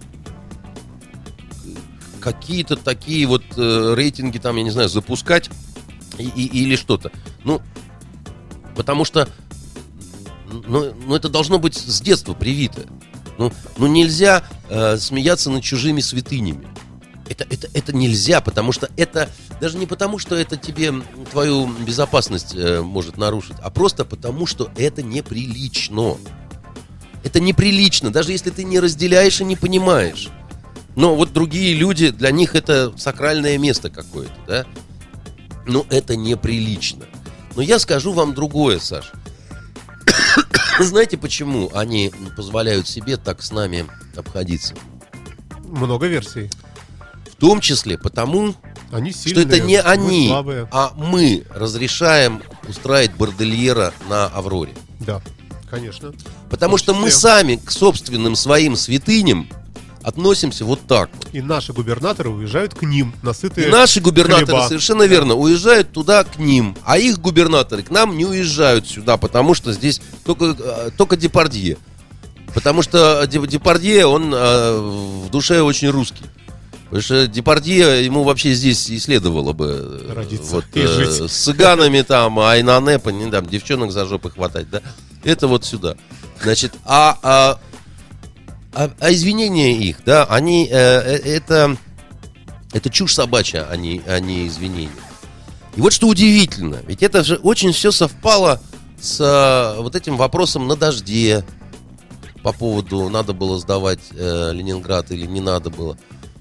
какие-то такие вот рейтинги там, я не знаю, запускать или что-то. Ну, потому что ну, это должно быть с детства привито. Ну нельзя смеяться над чужими святынями. Это нельзя, потому что это... Даже не потому, что это тебе твою безопасность может нарушить, а просто потому, что это неприлично. Это неприлично, даже если ты не разделяешь и не понимаешь. Но вот другие люди, для них это сакральное место какое-то, да? Но это неприлично. Но я скажу вам другое, Саш. Знаете, почему они позволяют себе так с нами обходиться?
Много версий.
В том числе потому,
они сильные,
что это не они,
слабые.
а мы разрешаем устраивать бордельера на Авроре.
Да, конечно.
Потому что мы сами к собственным своим святыням относимся вот так вот.
И наши губернаторы уезжают к ним, насытые.
И наши губернаторы,
хлеба.
совершенно верно, уезжают туда к ним. А их губернаторы к нам не уезжают сюда, потому что здесь только Депардье. Потому что Депардье, он в душе очень русский. Потому что Депардье, ему вообще здесь и следовало бы
родиться
вот,
и жить.
с цыганами там, айнане, там, девчонок за жопы хватать, да? Это вот сюда. Значит, а извинения их, да, они, это чушь собачья, а не извинения. И вот что удивительно, ведь это же очень все совпало с вот этим вопросом на дожде по поводу, надо было сдавать Ленинград или не надо было.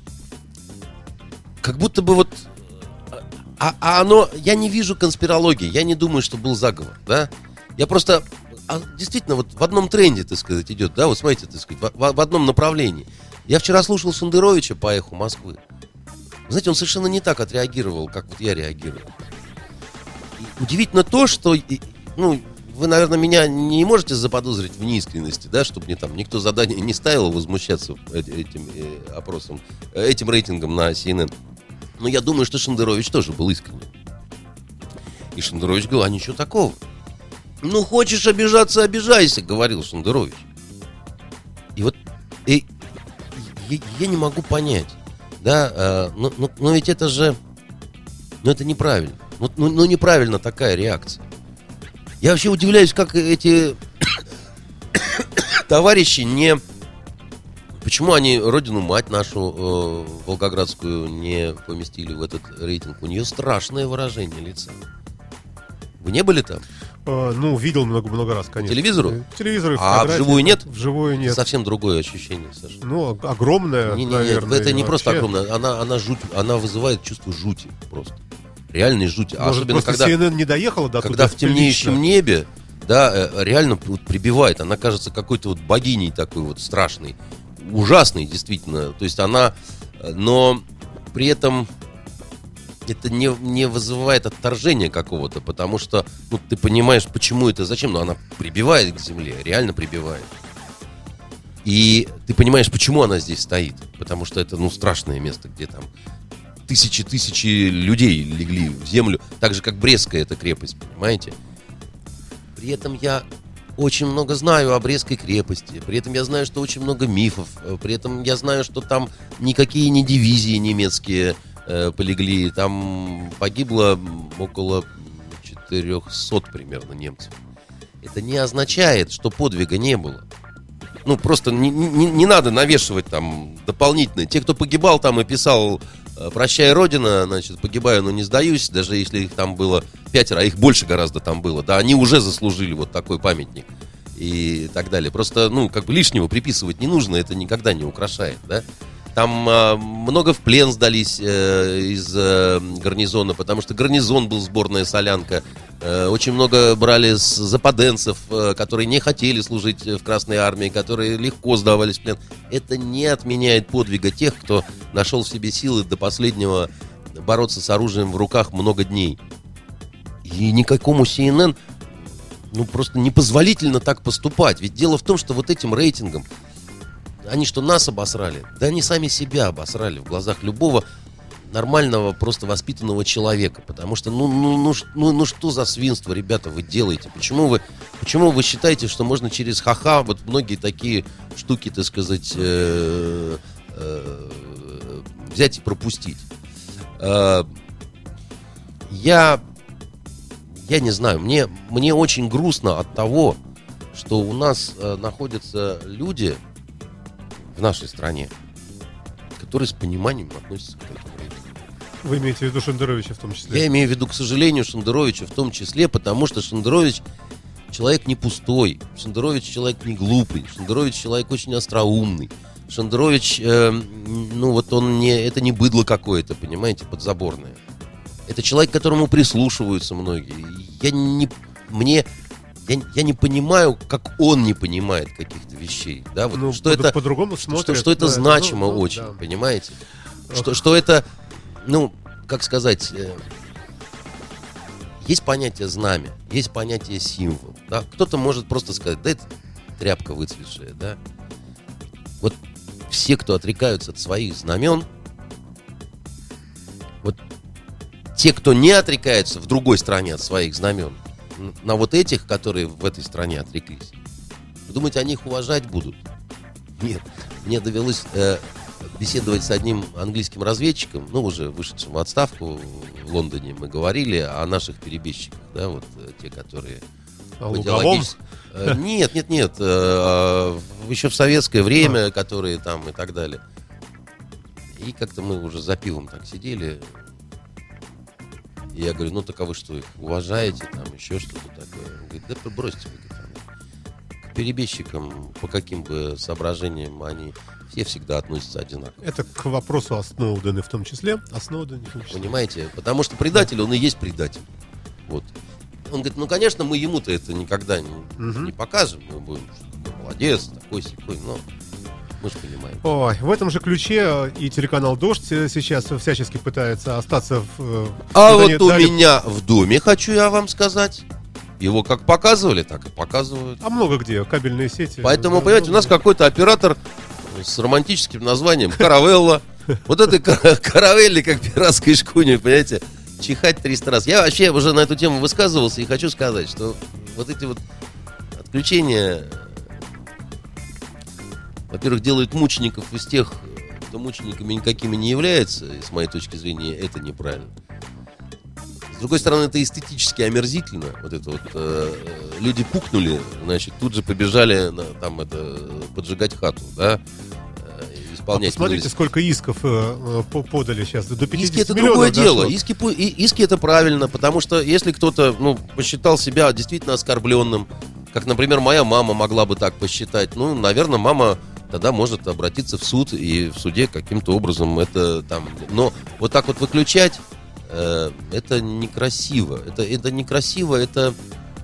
Как будто бы вот... оно... Я не вижу конспирологии, я не думаю, что был заговор, да? Я просто... действительно, вот в одном тренде, так сказать, идет, да, вот смотрите, так сказать, в одном направлении. Я вчера слушал Шендеровича по «Эху Москвы». Знаете, он совершенно не так отреагировал, как вот я реагирую. И удивительно то, что, ну, вы, наверное, меня не можете заподозрить в неискренности, да, чтобы мне там никто задание не ставил возмущаться этим опросом, этим рейтингом на CNN. Но я думаю, что Шендерович тоже был искренним. И Шендерович говорил, а ничего такого. Ну, хочешь обижаться, обижайся, говорил Шендерович. И вот я не могу понять, да, но ведь это же, ну, это неправильно. Ну, неправильно такая реакция. Я вообще удивляюсь, как эти товарищи не... Почему они родину-мать нашу, волгоградскую, не поместили в этот рейтинг? У нее страшное выражение лица. Вы не были там?
Ну, видел много раз, конечно.
Телевизору?
Телевизору.
А вживую нет?
Вживую нет.
Совсем другое ощущение, Саша.
Ну, огромное, наверное.
Это не
вообще.
просто огромное. Она жуть, она вызывает чувство жути просто. Реальной жути.
Может,
особенно
просто
когда,
CNN не доехала до
когда в темнеющем
прилично.
небе, да, реально вот прибивает. Она кажется какой-то вот богиней такой вот страшной. Ужасной, действительно. То есть она... Но при этом... Это не вызывает отторжения какого-то, потому что, ну, ты понимаешь, почему это, зачем, но она прибивает к земле, реально прибивает. И ты понимаешь, почему она здесь стоит, потому что это, ну, страшное место, где там тысячи людей легли в землю, так же, как Брестская эта крепость, понимаете? При этом я очень много знаю о Брестской крепости, при этом я знаю, что очень много мифов, при этом я знаю, что там никакие не дивизии немецкие полегли, там погибло около 400 примерно немцев. Это не означает, что подвига не было. Ну, просто не надо навешивать там дополнительно. Те, кто погибал там и писал «Прощай, Родина», значит, погибаю, но не сдаюсь, даже если их там было 5, а их больше гораздо там было, да, они уже заслужили вот такой памятник и так далее. Просто, ну, как бы лишнего приписывать не нужно, это никогда не украшает, да. Там много в плен сдались из гарнизона, потому что гарнизон был сборная солянка. Очень много брали с западенцев, которые не хотели служить в Красной армии, которые легко сдавались в плен. Это не отменяет подвига тех, кто нашел в себе силы до последнего бороться с оружием в руках много дней. И никакому CNN, ну, просто непозволительно так поступать. Ведь дело в том, что вот этим рейтингом они что, нас обосрали? Да они сами себя обосрали в глазах любого нормального, просто воспитанного человека. Потому что, ну что за свинство, ребята, вы делаете? Почему вы считаете, что можно через ха-ха, вот многие такие штуки, так сказать, взять и пропустить? Я не знаю, мне очень грустно от того, что у нас находятся люди в нашей стране, которые с пониманием относятся к этому рейтингу.
Вы имеете в виду Шендеровича в том числе?
Я имею в виду, к сожалению, Шендеровича в том числе, потому что Шендерович человек не пустой, Шендерович человек не глупый, Шендерович человек очень остроумный. Шендерович, ну вот он это не быдло какое-то, понимаете, подзаборное. Это человек, к которому прислушиваются многие. Я не понимаю, как он не понимает каких-то вещей. Да? Вот,
ну,
что это
по-другому смотрят.
Что это значимо очень, да. Понимаете? Что это, ну, как сказать, есть понятие знамя, есть понятие символ. Да? Кто-то может просто сказать, да это тряпка выцветшая. Да? Вот все, кто отрекаются от своих знамен, вот те, кто не отрекаются в другой стране от своих знамен, на вот этих, которые в этой стране отреклись, вы думаете, они их уважать будут? Нет. Мне довелось беседовать с одним английским разведчиком, ну, уже вышедшим в отставку в Лондоне. Мы говорили о наших перебежчиках, да, вот те, которые... Нет. Еще в советское время, которые там и так далее. И как-то мы уже за пивом так сидели. И я говорю, ну так а вы что, их уважаете, там еще что-то такое? Он говорит, да бросьте вы, там, к перебежчикам, по каким бы соображениям они все всегда относятся одинаково.
Это к вопросу о Сноудене в том числе. О Сноудене в том числе.
Понимаете? Потому что предатель, он и есть предатель. Вот. Он говорит, ну, конечно, мы ему-то это никогда не покажем. Мы будем, что молодец, такой-сякой, но мы же понимаем.
Ой, в этом же ключе и телеканал «Дождь» сейчас всячески пытается остаться в...
А вот у меня в доме, хочу я вам сказать, его как показывали, так и показывают.
А много где, кабельные сети.
Поэтому, понимаете, у нас какой-то оператор с романтическим названием «Каравелла». Вот этой каравелли, как пиратской шкуне, понимаете, чихать 300 раз. Я вообще уже на эту тему высказывался и хочу сказать, что вот эти вот отключения, во-первых, делают мучеников из тех, кто мучениками никакими не является, и с моей точки зрения это неправильно. С другой стороны, это эстетически омерзительно. Вот это вот люди пукнули, значит, тут же побежали там поджигать хату, да.
Посмотрите, сколько исков подали сейчас, до 50
иски это
миллионов
другое
дошло.
дело. Иски это правильно, потому что если кто-то посчитал себя действительно оскорбленным, как, например, моя мама могла бы так посчитать, наверное, мама тогда может обратиться в суд, и в суде каким-то образом это там... Но вот так вот выключать, это некрасиво. Это некрасиво, это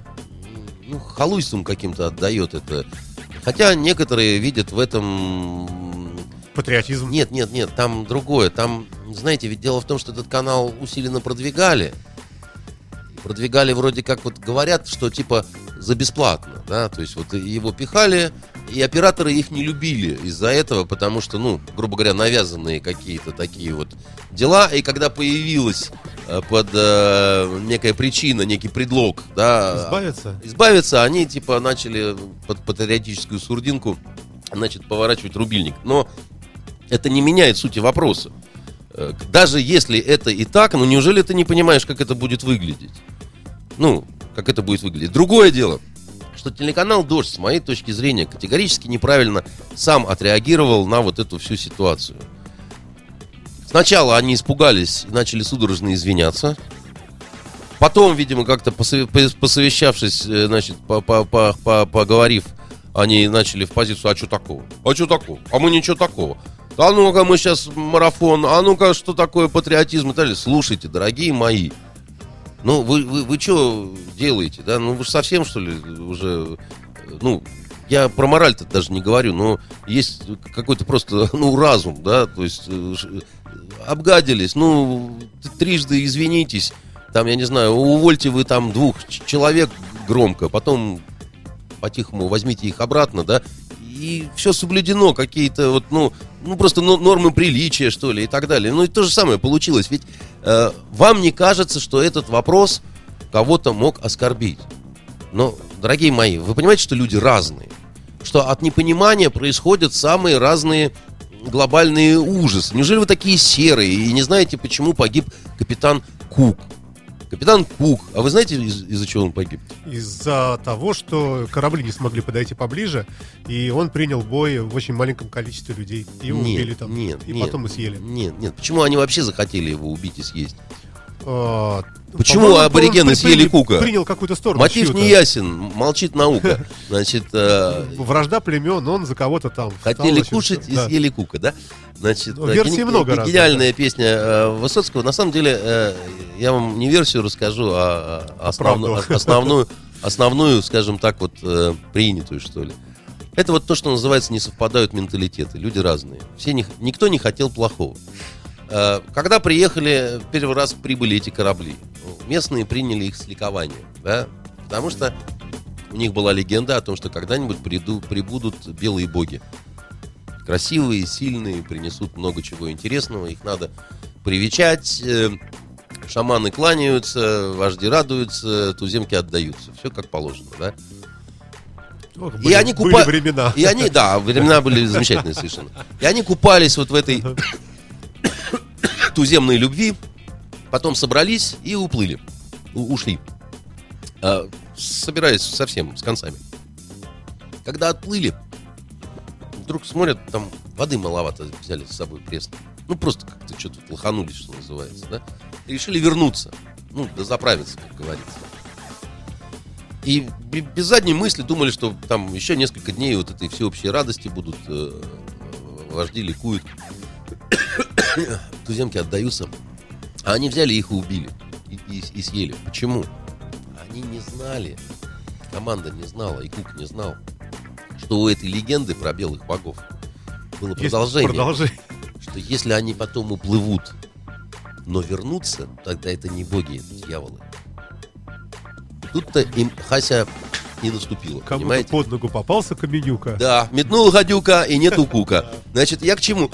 халуйством каким-то отдает это. Хотя некоторые видят в этом...
Патриотизм.
Нет, там другое. Там, знаете, ведь дело в том, что этот канал усиленно продвигали. Продвигали вроде как вот говорят, что типа за бесплатно, да, то есть вот его пихали, и операторы их не любили из-за этого, потому что, грубо говоря, навязанные какие-то такие вот дела, и когда появилась под некая причина, некий предлог, да, избавиться, они типа начали под патриотическую сурдинку, значит, поворачивать рубильник. Но это не меняет сути вопроса. Даже если это и так, неужели ты не понимаешь, как это будет выглядеть? Как это будет выглядеть. Другое дело, что телеканал «Дождь», с моей точки зрения, категорически неправильно сам отреагировал на вот эту всю ситуацию. Сначала они испугались и начали судорожно извиняться. Потом, видимо, как-то посовещавшись, значит, поговорив, они начали в позицию, а что такого? А что такого? А мы ничего такого. А ну-ка, мы сейчас марафон, а ну-ка, что такое патриотизм и так далее. Слушайте, дорогие мои, вы что делаете, да? Вы же совсем, что ли, уже... я про мораль-то даже не говорю, но есть какой-то просто, разум, да? То есть, обгадились, трижды извинитесь, там, я не знаю, увольте вы там 2 человек громко, потом по-тихому возьмите их обратно, да? И все соблюдено, какие-то вот, просто нормы приличия, что ли, и так далее. И то же самое получилось. Ведь вам не кажется, что этот вопрос кого-то мог оскорбить? Но, дорогие мои, вы понимаете, что люди разные? Что от непонимания происходят самые разные глобальные ужасы. Неужели вы такие серые и не знаете, почему погиб капитан Кук? Капитан Кук. А вы знаете, из-за чего он погиб?
Из-за того, что корабли не смогли подойти поближе, и он принял бой в очень маленьком количестве людей. И его убили там. Потом и съели.
Нет. Почему они вообще захотели его убить и съесть? Почему аборигены съели Кука?
Принял какую-то сторону.
Мотив не ясен, молчит наука. Значит,
вражда племен, он за кого-то там.
Хотели кушать и съели Кука, да? Значит,
версий много разных.
Гениальная песня Высоцкого. На самом деле, я вам не версию расскажу, а основную, скажем так, вот принятую, что ли. Это вот то, что называется, не совпадают менталитеты. Люди разные. Никто не хотел плохого. Когда приехали, первый раз прибыли эти корабли, местные приняли их с ликованием, да? Потому что у них была легенда о том, что когда-нибудь прибудут белые боги. Красивые, сильные, принесут много чего интересного, их надо привечать, шаманы кланяются, вожди радуются, туземки отдаются. Все как положено, да?
Были времена.
Времена были замечательные совершенно. И они купались вот в этой туземной любви, потом собрались и уплыли. Ушли. Собираясь совсем с концами. Когда отплыли, вдруг смотрят, там воды маловато взяли с собой пресной. Просто как-то что-то лоханулись, что называется, да? И решили вернуться. Дозаправиться, как говорится. И без задней мысли думали, что там еще несколько дней вот этой всеобщей радости будут, вожди ликуют, туземки отдаются. А они взяли их и убили. И съели. Почему? они не знали, команда не знала, и Кук не знал, что у этой легенды про белых богов было продолжение. Что если они потом уплывут, но вернутся, тогда это не боги, это дьяволы. Тут-то им Хася не наступила.
Кому-то
понимаете?
под ногу попался Каменюка.
Да, метнул гадюка, и нету Кука. Значит, я к чему?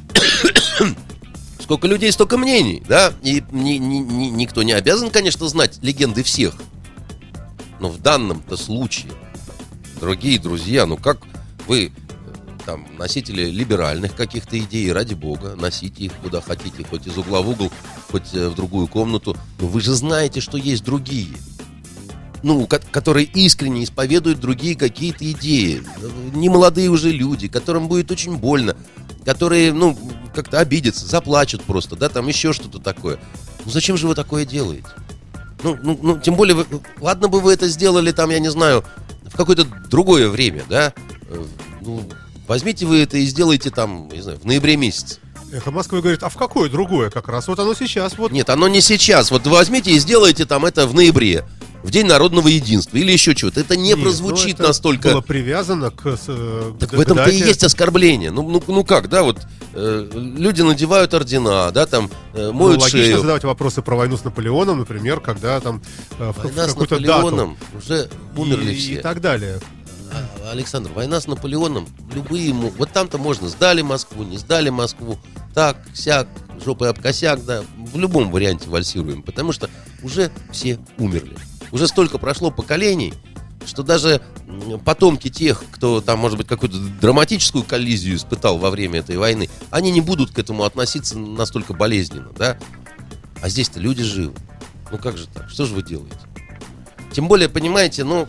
Сколько людей, столько мнений, да? И никто не обязан, конечно, знать легенды всех. Но в данном-то случае, дорогие друзья, ну как вы, там, носители либеральных каких-то идей, ради бога, носите их куда хотите, хоть из угла в угол, хоть в другую комнату. Но вы же знаете, что есть другие, ну, которые искренне исповедуют другие какие-то идеи. Немолодые уже люди, которым будет очень больно, которые, ну, как-то обидятся, заплачут просто, да, там еще что-то такое. Ну, зачем же вы такое делаете? Ну, тем более, ладно бы вы это сделали, там, я не знаю, в какое-то другое время, да? Ну, возьмите вы это и сделайте там, не знаю, в ноябре месяце.
Эхо Москвы говорит, а в какое другое? Как раз вот оно сейчас. Вот.
Нет, оно не сейчас. Вот возьмите и сделайте там это в ноябре, в День народного единства или еще чего-то. Это не прозвучит
это
настолько...
было привязано к
Так в этом-то и есть оскорбление. Ну как, да, вот люди надевают ордена, да, там моют
логично
шею.
задавать вопросы про войну с Наполеоном, например, когда там
Война
в
с
какую-то
Наполеоном
дату
уже умерли все.
и так далее.
Александр, война с Наполеоном, любые ему... Вот там-то можно, сдали Москву, не сдали Москву, так, сяк, жопой об косяк, да, в любом варианте вальсируем, потому что уже все умерли. Уже столько прошло поколений, что даже потомки тех, кто там, может быть, какую-то драматическую коллизию испытал во время этой войны, они не будут к этому относиться настолько болезненно, да? А здесь-то люди живы. Ну как же так? Что же вы делаете? Тем более, понимаете, ну,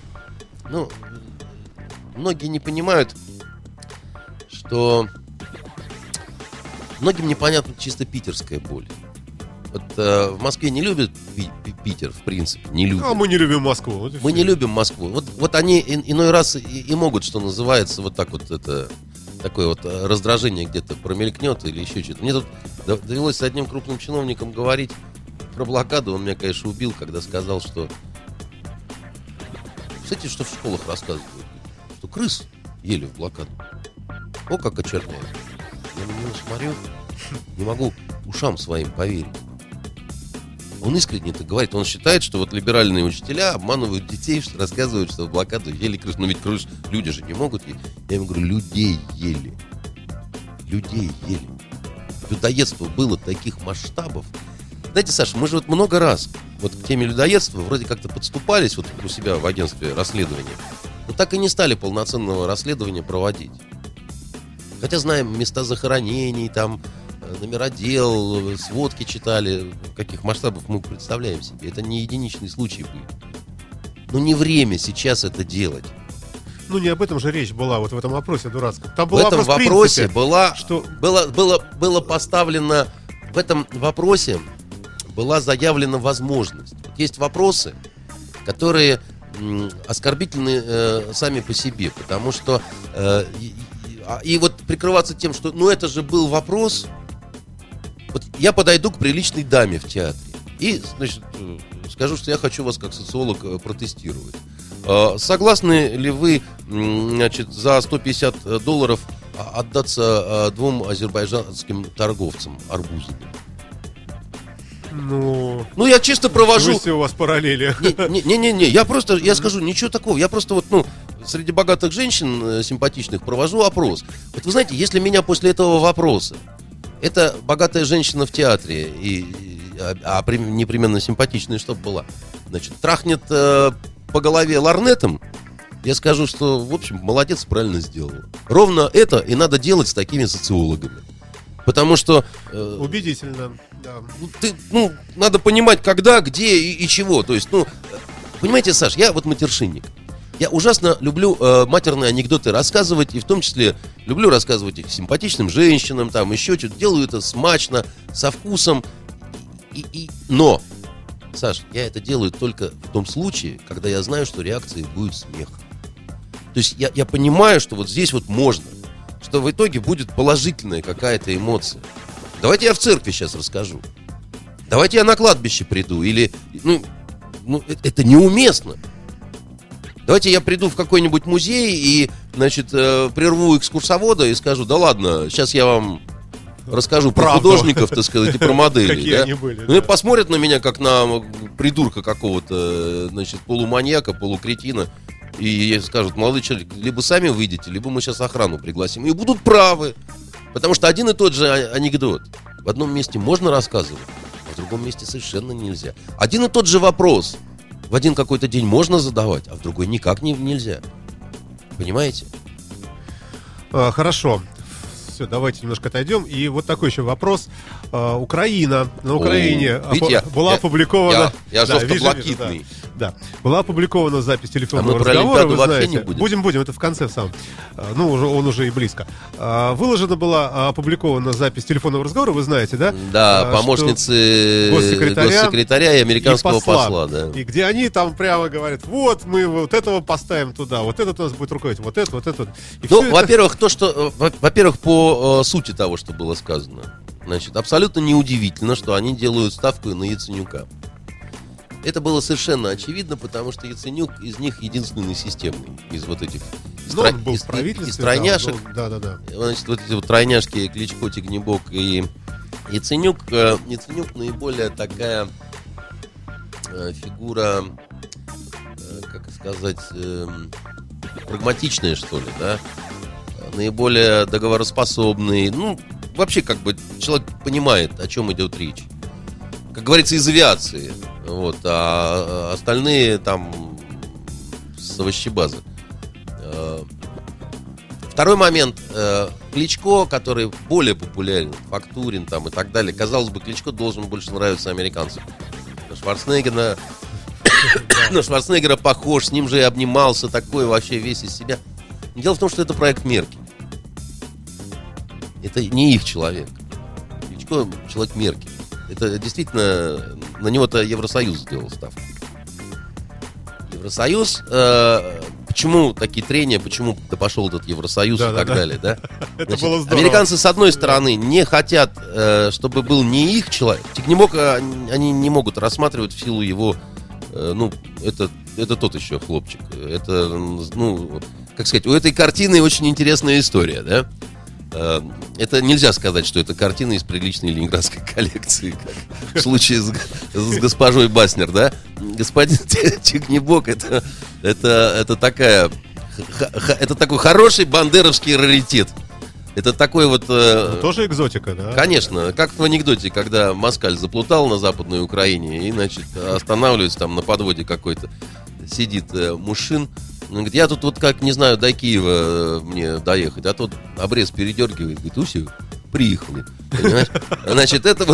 многие не понимают, что многим непонятна чисто питерская боль. Вот в Москве не любят Питер, в принципе, не любят.
А мы не любим Москву. Вот
мы не любим Москву. Вот они иной раз и могут, что называется, вот так вот это такое вот раздражение где-то промелькнет или еще что-то. Мне тут довелось с одним крупным чиновником говорить про блокаду. Он меня, конечно, убил, когда сказал, что... Кстати, что в школах рассказывают, что крыс ели в блокаду. О, как очерняет. Я на него смотрю, не могу ушам своим поверить. Он искренне это говорит. Он считает, что вот либеральные учителя обманывают детей, что рассказывают, что в блокаду ели крыс. Но ведь крыс люди же не могут есть. Я ему говорю, людей ели. Людей ели. Людоедство было таких масштабов. Знаете, Саша, мы же вот много раз вот к теме людоедства вроде как-то подступались вот у себя в агентстве расследования, но так и не стали полноценного расследования проводить. Хотя знаем места захоронений, там номера дел, сводки читали, каких масштабов мы представляем себе. Это не единичный случай был. Но не время сейчас это делать.
Ну, не об этом же речь была вот в этом вопросе дурацком. Там
В
был
этом
вопрос,
вопросе
в принципе,
было поставлено, в этом вопросе была заявлена возможность. Вот есть вопросы, которые оскорбительны сами по себе, потому что и вот прикрываться тем, что ну это же был вопрос. Вот я подойду к приличной даме в театре и, значит, скажу, что я хочу вас как социолог протестировать. Согласны ли вы, значит, за $150 отдаться двум азербайджанским торговцам арбузами?
Ну,
я чисто провожу...
у вас параллели.
Не, я скажу, ничего такого. Я просто вот, среди богатых женщин симпатичных провожу опрос. Вот вы знаете, если меня после этого вопроса эта богатая женщина в театре, непременно симпатичная, чтобы была, значит, трахнет по голове ларнетом, я скажу, что, в общем, молодец, правильно сделала. Ровно это и надо делать с такими социологами. Потому что...
Убедительно, да.
Надо понимать, когда, где и чего. То есть, понимаете, Саш, я вот матершинник. Я ужасно люблю матерные анекдоты рассказывать, и в том числе люблю рассказывать их симпатичным женщинам, там еще что-то. Делаю это смачно, со вкусом. Но, Саш, я это делаю только в том случае, когда я знаю, что реакцией будет смех. То есть я понимаю, что вот здесь вот можно, что в итоге будет положительная какая-то эмоция. Давайте я в церкви сейчас расскажу. Давайте я на кладбище приду. Или, это неуместно. Давайте я приду в какой-нибудь музей и, значит, прерву экскурсовода и скажу: да ладно, сейчас я вам расскажу про художников, так сказать, и про модели.
Какие они были.
Ну и посмотрят на меня, как на придурка какого-то, значит, полуманьяка, полукретина. И скажут: молодой человек, либо сами выйдете, либо мы сейчас охрану пригласим. И будут правы. Потому что один и тот же анекдот в одном месте можно рассказывать, а в другом месте совершенно нельзя. Один и тот же вопрос в один какой-то день можно задавать, а в другой никак нельзя. Понимаете?
Хорошо. Все, давайте немножко отойдем. И вот такой еще вопрос. Украина. На Украине была опубликована...
Я жестко-блокитный.
Да. Была опубликована запись телефонного разговора, вы знаете. Будем, это в конце в самом. Ну, он уже и близко. Выложена была опубликована запись телефонного разговора, вы знаете, да?
Да, помощницы госсекретаря и американского посла, да.
И где они там прямо говорят: вот мы вот этого поставим туда, вот этот у нас будет руководить, вот это.
Ну, во-первых, по сути того, что было сказано, значит, абсолютно неудивительно, что они делают ставку на Яценюка. Это было совершенно очевидно, потому что Яценюк из них единственный системный из вот этих из тройняшек.
Да.
Значит, вот эти вот тройняшки Кличко, Тягнебок и Яценюк. Яценюк наиболее такая фигура, как сказать, прагматичная, что ли, да? Наиболее договороспособный. Ну, вообще, как бы, человек понимает, о чем идет речь. Как говорится, из авиации. Вот, а остальные там с овощебазы. Второй момент. Кличко, который более популярен, Фактурин там и так далее. Казалось бы, Кличко должен больше нравиться американцам. На Шварценеггера похож, с ним же и обнимался, такой вообще весь из себя. Дело в том, что это проект Мерки. Это не их человек. Кличко — человек Мерки. Это действительно, на него-то Евросоюз сделал ставку. Евросоюз, почему такие трения, почему пошел этот Евросоюз и так далее, да?
Это было здорово.
Американцы, с одной стороны, не хотят, чтобы был не их человек. Тягнебока они не могут рассматривать в силу его, это тот еще хлопчик. Это, как сказать, у этой картины очень интересная история, да? Это нельзя сказать, что это картина из приличной ленинградской коллекции, как в случае с госпожой Баснер, да? Господин Тягнебок — это такой хороший бандеровский раритет. Это такой вот...
тоже экзотика, да?
Конечно, как в анекдоте, когда москаль заплутал на Западной Украине и, значит, останавливается там на подводе какой-то, сидит мужчин. Он говорит: я тут вот как, не знаю, до Киева мне доехать, а тут обрез передергивает. Говорит: уси, приехали. Понимаешь? Значит, это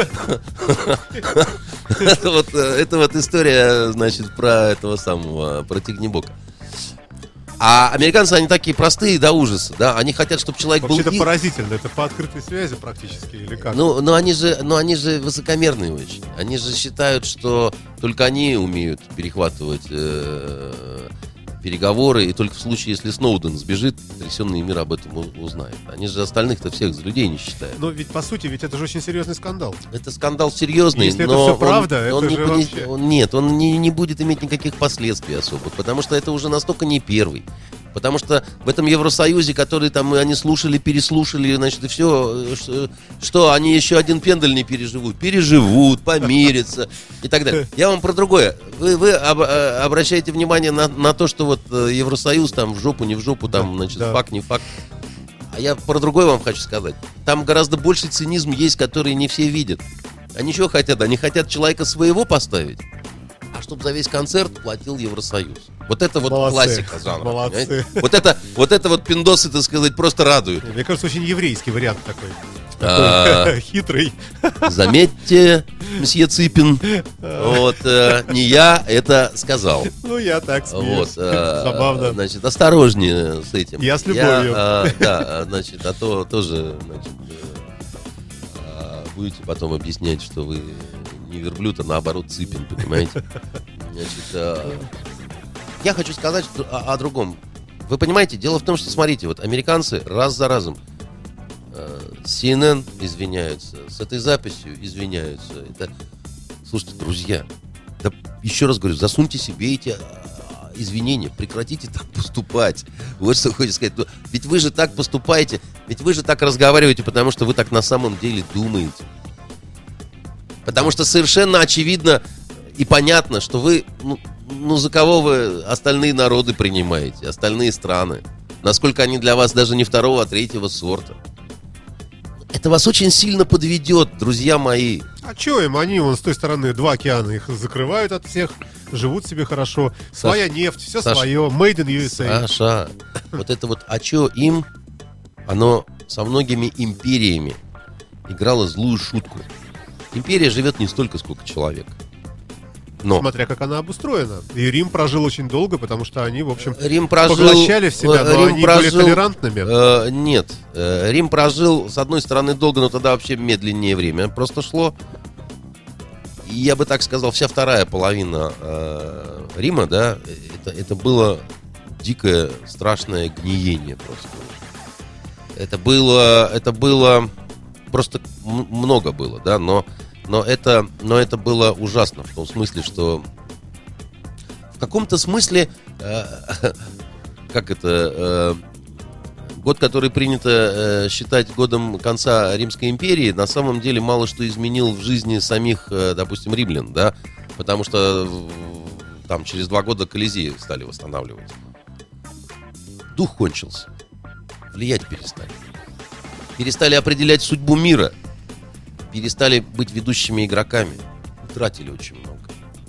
вот история, значит, про этого самого, про Тягнебока. А американцы, они такие простые до ужаса, да? Они хотят, чтобы человек был...
Вообще-то поразительно, это по открытой связи практически, или как?
Но они же высокомерные очень. Они же считают, что только они умеют перехватывать переговоры, и только в случае, если Сноуден сбежит, трясенный мир об этом узнает. Они же остальных-то всех за людей не считают.
Но ведь, по сути, это же очень серьезный скандал.
Это скандал серьезный,
если
но
это все правда, это же вообще...
он не будет иметь никаких последствий особых, потому что это уже настолько не первый. Потому что в этом Евросоюзе, который там они слушали, переслушали, значит, и все, что они еще один пендель не переживут, помирятся и так далее. Я вам про другое. Вы обращаете внимание на то, что вот Евросоюз там в жопу, не в жопу, там, значит, факт, не факт. А я про другое вам хочу сказать. Там гораздо больше цинизм есть, который не все видят. Они чего хотят? Они хотят человека своего поставить, а чтобы за весь концерт платил Евросоюз. Вот это вот классика жанра.
Молодцы.
Вот это вот пиндосы, так сказать, просто радуют.
Мне кажется, очень еврейский вариант такой. Хитрый.
Заметьте, месье Цыпин, вот, не я это сказал.
Ну, я так смеюсь.
Вот,
забавно.
Значит, осторожнее с этим.
Я с любовью.
Да, значит, а то тоже, значит, будете потом объяснять, что вы не верблюд, а наоборот Цыпин, понимаете? Значит, я хочу сказать о другом. Вы понимаете, дело в том, что, смотрите, вот американцы раз за разом, CNN извиняются, с этой записью извиняются. Слушайте, друзья, да еще раз говорю, засуньте себе эти извинения, прекратите так поступать. Вот что хочется сказать. Ну, ведь вы же так поступаете, ведь вы же так разговариваете, потому что вы так на самом деле думаете. Потому что совершенно очевидно и понятно, что вы, ну за кого вы остальные народы принимаете, остальные страны. Насколько они для вас даже не второго, а третьего сорта. Это вас очень сильно подведет, друзья мои.
А чё им? Они вон с той стороны 2 океана, их закрывают от всех, живут себе хорошо. Своя нефть, все свое, made in USA.
Саша, вот это вот «а чё им», оно со многими империями играло злую шутку. Империя живет не столько, сколько человек. Но
смотря как она обустроена. И Рим прожил очень долго, потому что они, в общем,
Рим прожил,
поглощали в себя, но они были толерантными.
Нет, Рим прожил, с одной стороны, долго, но тогда вообще медленнее время просто шло. И я бы так сказал, вся вторая половина Рима, да, это было дикое, страшное гниение просто. Это было просто много было, да, но это было ужасно, в том смысле, что в каком-то смысле, год, который принято считать годом конца Римской империи, на самом деле мало что изменил в жизни самих, допустим, римлян, да, потому что там через 2 года Колизей стали восстанавливать. Дух кончился, влиять перестали. Перестали определять судьбу мира. Перестали быть ведущими игроками. Тратили очень много.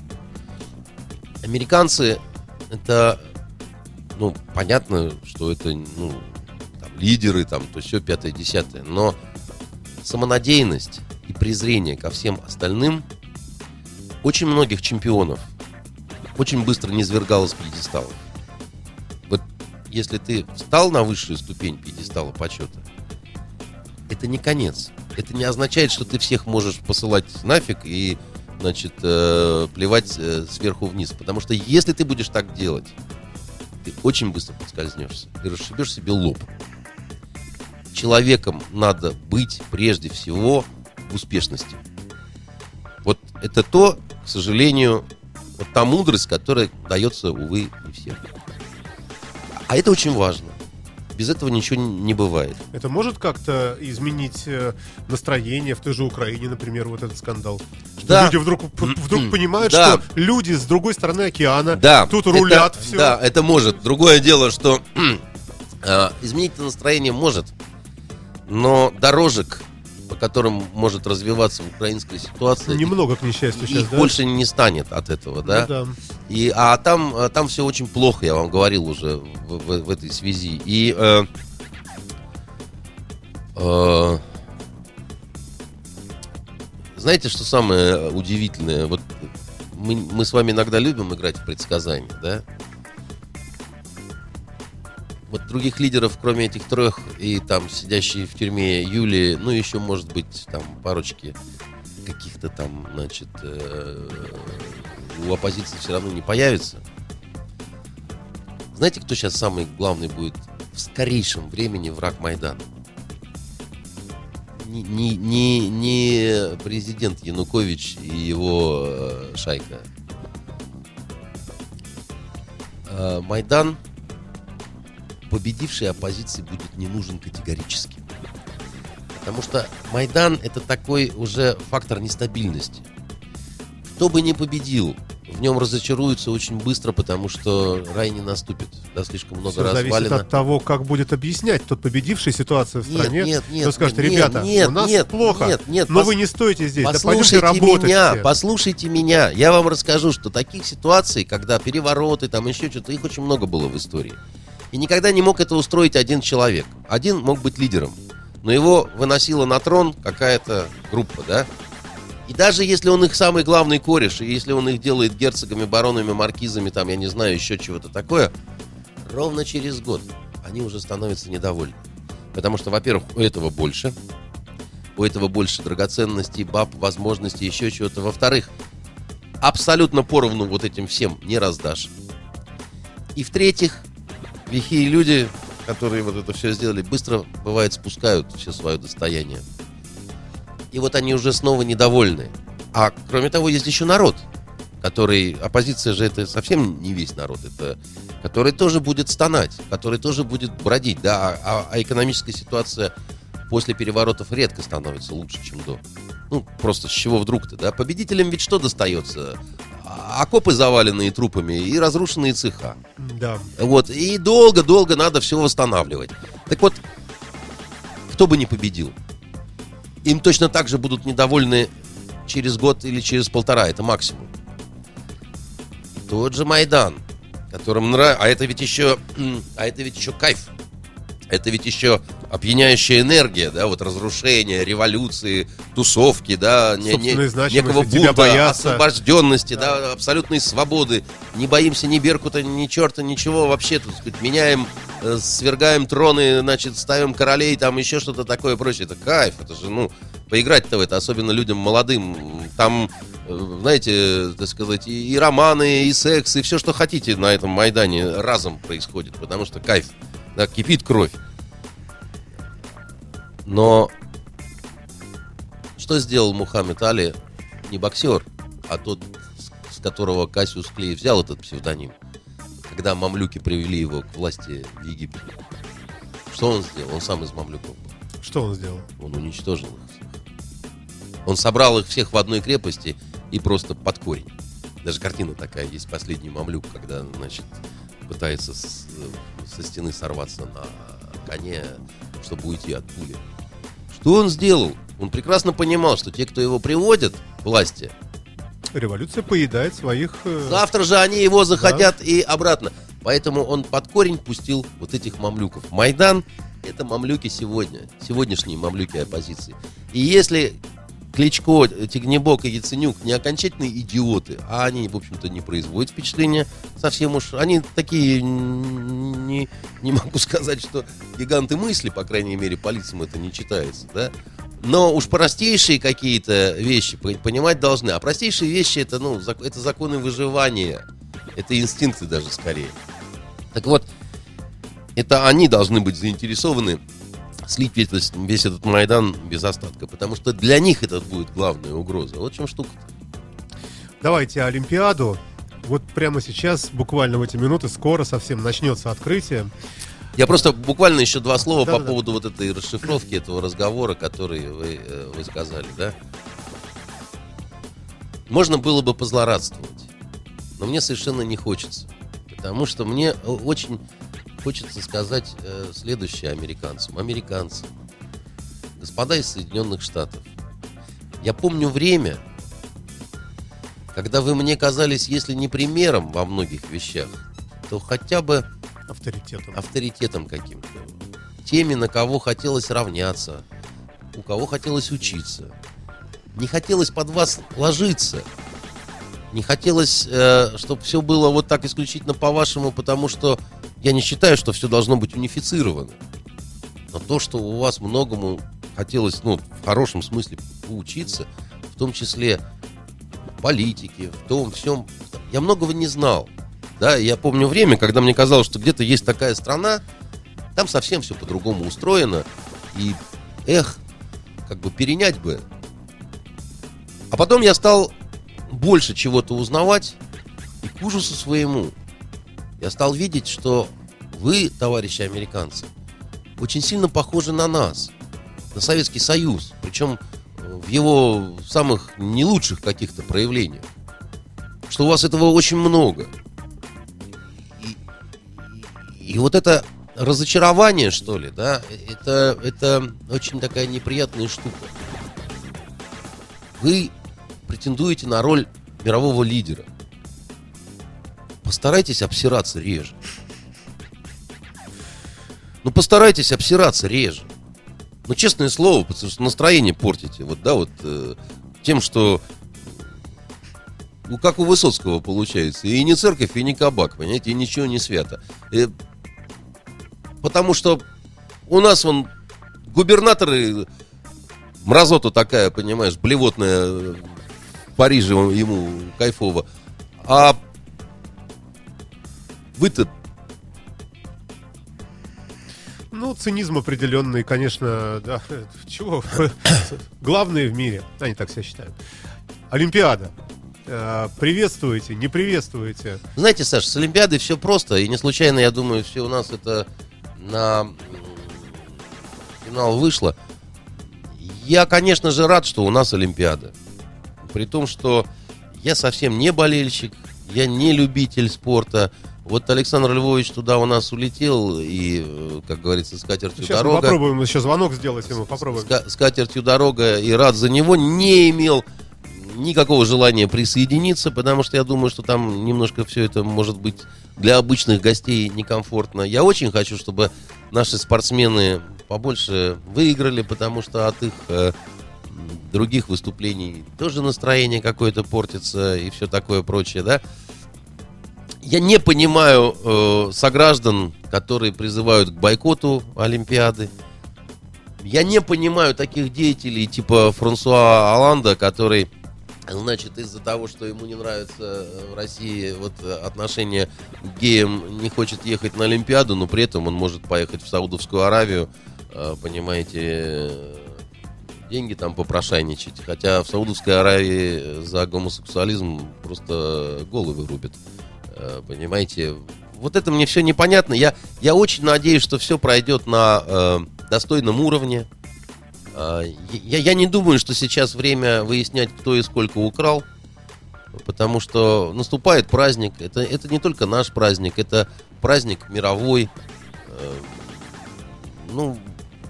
Американцы, это, понятно, что это, там, лидеры, там, то все, 5-10. Но самонадеянность и презрение ко всем остальным очень многих чемпионов очень быстро низвергало с пьедесталов. Вот если ты встал на высшую ступень пьедестала почета, это не конец. Это не означает, что ты всех можешь посылать нафиг и, плевать сверху вниз. Потому что если ты будешь так делать, ты очень быстро подскользнешься и расшибешь себе лоб. Человеком надо быть прежде всего в успешности. Вот это то, к сожалению, вот та мудрость, которая дается, увы, не всем. А это очень важно. Без этого ничего не бывает.
Это может как-то изменить настроение в той же Украине, например, вот этот скандал? Что люди вдруг понимают, что люди с другой стороны океана тут рулят все.
Да, это может. Другое дело, что изменить это настроение может, но дорожек, по которым может развиваться украинская ситуация,
немного, к несчастью, сейчас,
их больше не станет от этого, да?
Да.
А там все очень плохо, я вам говорил уже в этой связи. И знаете, что самое удивительное? Вот мы с вами иногда любим играть в предсказания, да? Вот других лидеров, кроме этих 3 и там сидящие в тюрьме Юлии, еще, может быть, там парочки каких-то там, у оппозиции все равно не появится. Знаете, кто сейчас самый главный будет в скорейшем времени враг Майдана? Не президент Янукович и его шайка. Майдан победившей оппозиции будет не нужен категорически. Потому что Майдан — это такой уже фактор нестабильности. Кто бы ни победил, в нем разочаруются очень быстро, потому что рай не наступит. Да, слишком много развалено.
Зависит от того, как будет объяснять тот победивший ситуацию в стране. Кто скажет: ребята, у нас плохо, но вы не стоите здесь, да пойдемте работать.
Послушайте меня, я вам расскажу, что таких ситуаций, когда перевороты, там еще что-то, их очень много было в истории. И никогда не мог это устроить один человек. Один мог быть лидером, но его выносила на трон какая-то группа, да? И даже если он их самый главный кореш, и если он их делает герцогами, баронами, маркизами, там, я не знаю, еще чего-то такое, ровно через год они уже становятся недовольны. Потому что, во-первых, у этого больше драгоценностей, баб, возможностей, еще чего-то. Во-вторых, абсолютно поровну вот этим всем не раздашь. И в-третьих, лихие люди, которые вот это все сделали, быстро, бывает, спускают все свое достояние. И вот они уже снова недовольны. А кроме того, есть еще народ, оппозиция же это совсем не весь народ, это который тоже будет стонать, который тоже будет бродить, да, а экономическая ситуация после переворотов редко становится лучше, чем до. Ну, просто с чего вдруг-то, да? Победителям ведь что достается? Окопы, заваленные трупами, и разрушенные цеха.
Да.
Вот, и долго-долго надо все восстанавливать. Так вот, кто бы ни победил, им точно так же будут недовольны через год или через полтора, это максимум. Тот же Майдан, которым нравится, а это ведь еще кайф. Это ведь еще опьяняющая энергия, да, вот разрушение, революции, тусовки, да, некого бунта, освобожденности, да, абсолютной свободы. Не боимся ни Беркута, ни черта, ничего вообще, так сказать, меняем, свергаем троны, значит, ставим королей, там еще что-то такое прочее. Это кайф, это же, ну, поиграть-то в это, особенно людям молодым, там, знаете, так сказать, и романы, и секс, и все, что хотите на этом Майдане разом происходит, потому что кайф. Да, кипит кровь. Но что сделал Мухаммед Али? Не боксер, а тот, с которого Кассиус Клей взял этот псевдоним, когда мамлюки привели его к власти в Египте. Что он сделал? Он сам из мамлюков был.
Что он сделал?
Он уничтожил их всех. Он собрал их всех в одной крепости и просто под корень. Даже картина такая есть, «Последний мамлюк», когда, значит, пытается со стены сорваться на коне, чтобы уйти от пули. Что он сделал? Он прекрасно понимал, что те, кто его приводят к власти,
революция поедает своих...
завтра же они его захотят, да, и обратно. Поэтому он под корень пустил вот этих мамлюков. Майдан — это мамлюки сегодняшние мамлюки оппозиции. И если Кличко, Тягнебок и Яценюк не окончательные идиоты, а они, в общем-то, не производят впечатления совсем уж. Они такие, не могу сказать, что гиганты мысли, по крайней мере, по лицам это не читается, да. Но уж простейшие какие-то вещи понимать должны. А простейшие вещи это, ну, это законы выживания. Это инстинкты даже скорее. Так вот, это они должны быть заинтересованы слить весь этот Майдан без остатка, потому что для них это будет главная угроза. Вот в чем штука-то.
Давайте Олимпиаду. Вот прямо сейчас, буквально в эти минуты, скоро совсем начнется открытие.
Я просто буквально еще два слова по поводу вот этой расшифровки этого разговора, который вы сказали, да? Можно было бы позлорадствовать, но мне совершенно не хочется, потому что мне очень хочется сказать следующее американцам. Американцы, господа из Соединенных Штатов, я помню время, когда вы мне казались, если не примером во многих вещах, то хотя бы авторитетом каким-то. Теми, на кого хотелось равняться, у кого хотелось учиться. Не хотелось под вас ложиться. Не хотелось, чтобы все было вот так исключительно по-вашему, потому что я не считаю, что все должно быть унифицировано. Но то, что у вас многому хотелось, ну, в хорошем смысле поучиться, в том числе в политике, в том всем, я многого не знал. Да, я помню время, когда мне казалось, что где-то есть такая страна, там совсем все по-другому устроено, и, как бы перенять бы. А потом я стал больше чего-то узнавать, и к ужасу своему я стал видеть, что вы, товарищи американцы, очень сильно похожи на нас, на Советский Союз, причем в его самых не лучших каких-то проявлениях, что у вас этого очень много. И вот это разочарование, что ли, да, это очень такая неприятная штука. Вы претендуете на роль мирового лидера. Постарайтесь обсираться реже. Ну, постарайтесь обсираться реже. Ну, честное слово, потому что настроение портите. Вот, да, вот тем, что... Ну, как у Высоцкого получается. И не церковь, и не кабак, понимаете, и ничего не свято. Потому что у нас, вон, губернаторы... Мразота такая, понимаешь, блевотная в Париже ему кайфово. А вы-то...
Ну, цинизм определенный, конечно, да. Чего? Главные в мире. Они так себя считают. Олимпиада. Приветствуете, не приветствуете?
Знаете, Саш, с Олимпиадой все просто. И не случайно, я думаю, все у нас это на финал вышло. Я, конечно же, рад, что у нас Олимпиада. При том, что я совсем не болельщик, я не любитель спорта. Вот Александр Львович туда у нас улетел, и, как говорится, с катертью
Сейчас
дорога.
мы попробуем еще звонок сделать ему, попробуем.
С катертью дорога, и рад за него. Не имел никакого желания присоединиться, потому что я думаю, что там немножко все это может быть для обычных гостей некомфортно. Я очень хочу, чтобы наши спортсмены побольше выиграли, потому что от их других выступлений тоже настроение какое-то портится и все такое прочее, да. Я не понимаю сограждан, которые призывают к бойкоту Олимпиады. Я не понимаю таких деятелей типа Франсуа Олланда, который, значит, из-за того, что ему не нравится в России вот отношение к геям, не хочет ехать на Олимпиаду, но при этом он может поехать в Саудовскую Аравию, понимаете, деньги там попрошайничать. Хотя в Саудовской Аравии за гомосексуализм просто головы рубят. Понимаете, вот это мне все непонятно. Я очень надеюсь, что все пройдет на достойном уровне. Я не думаю, что сейчас время выяснять, кто и сколько украл, потому что наступает праздник. Это не только наш праздник, это праздник мировой. Ну,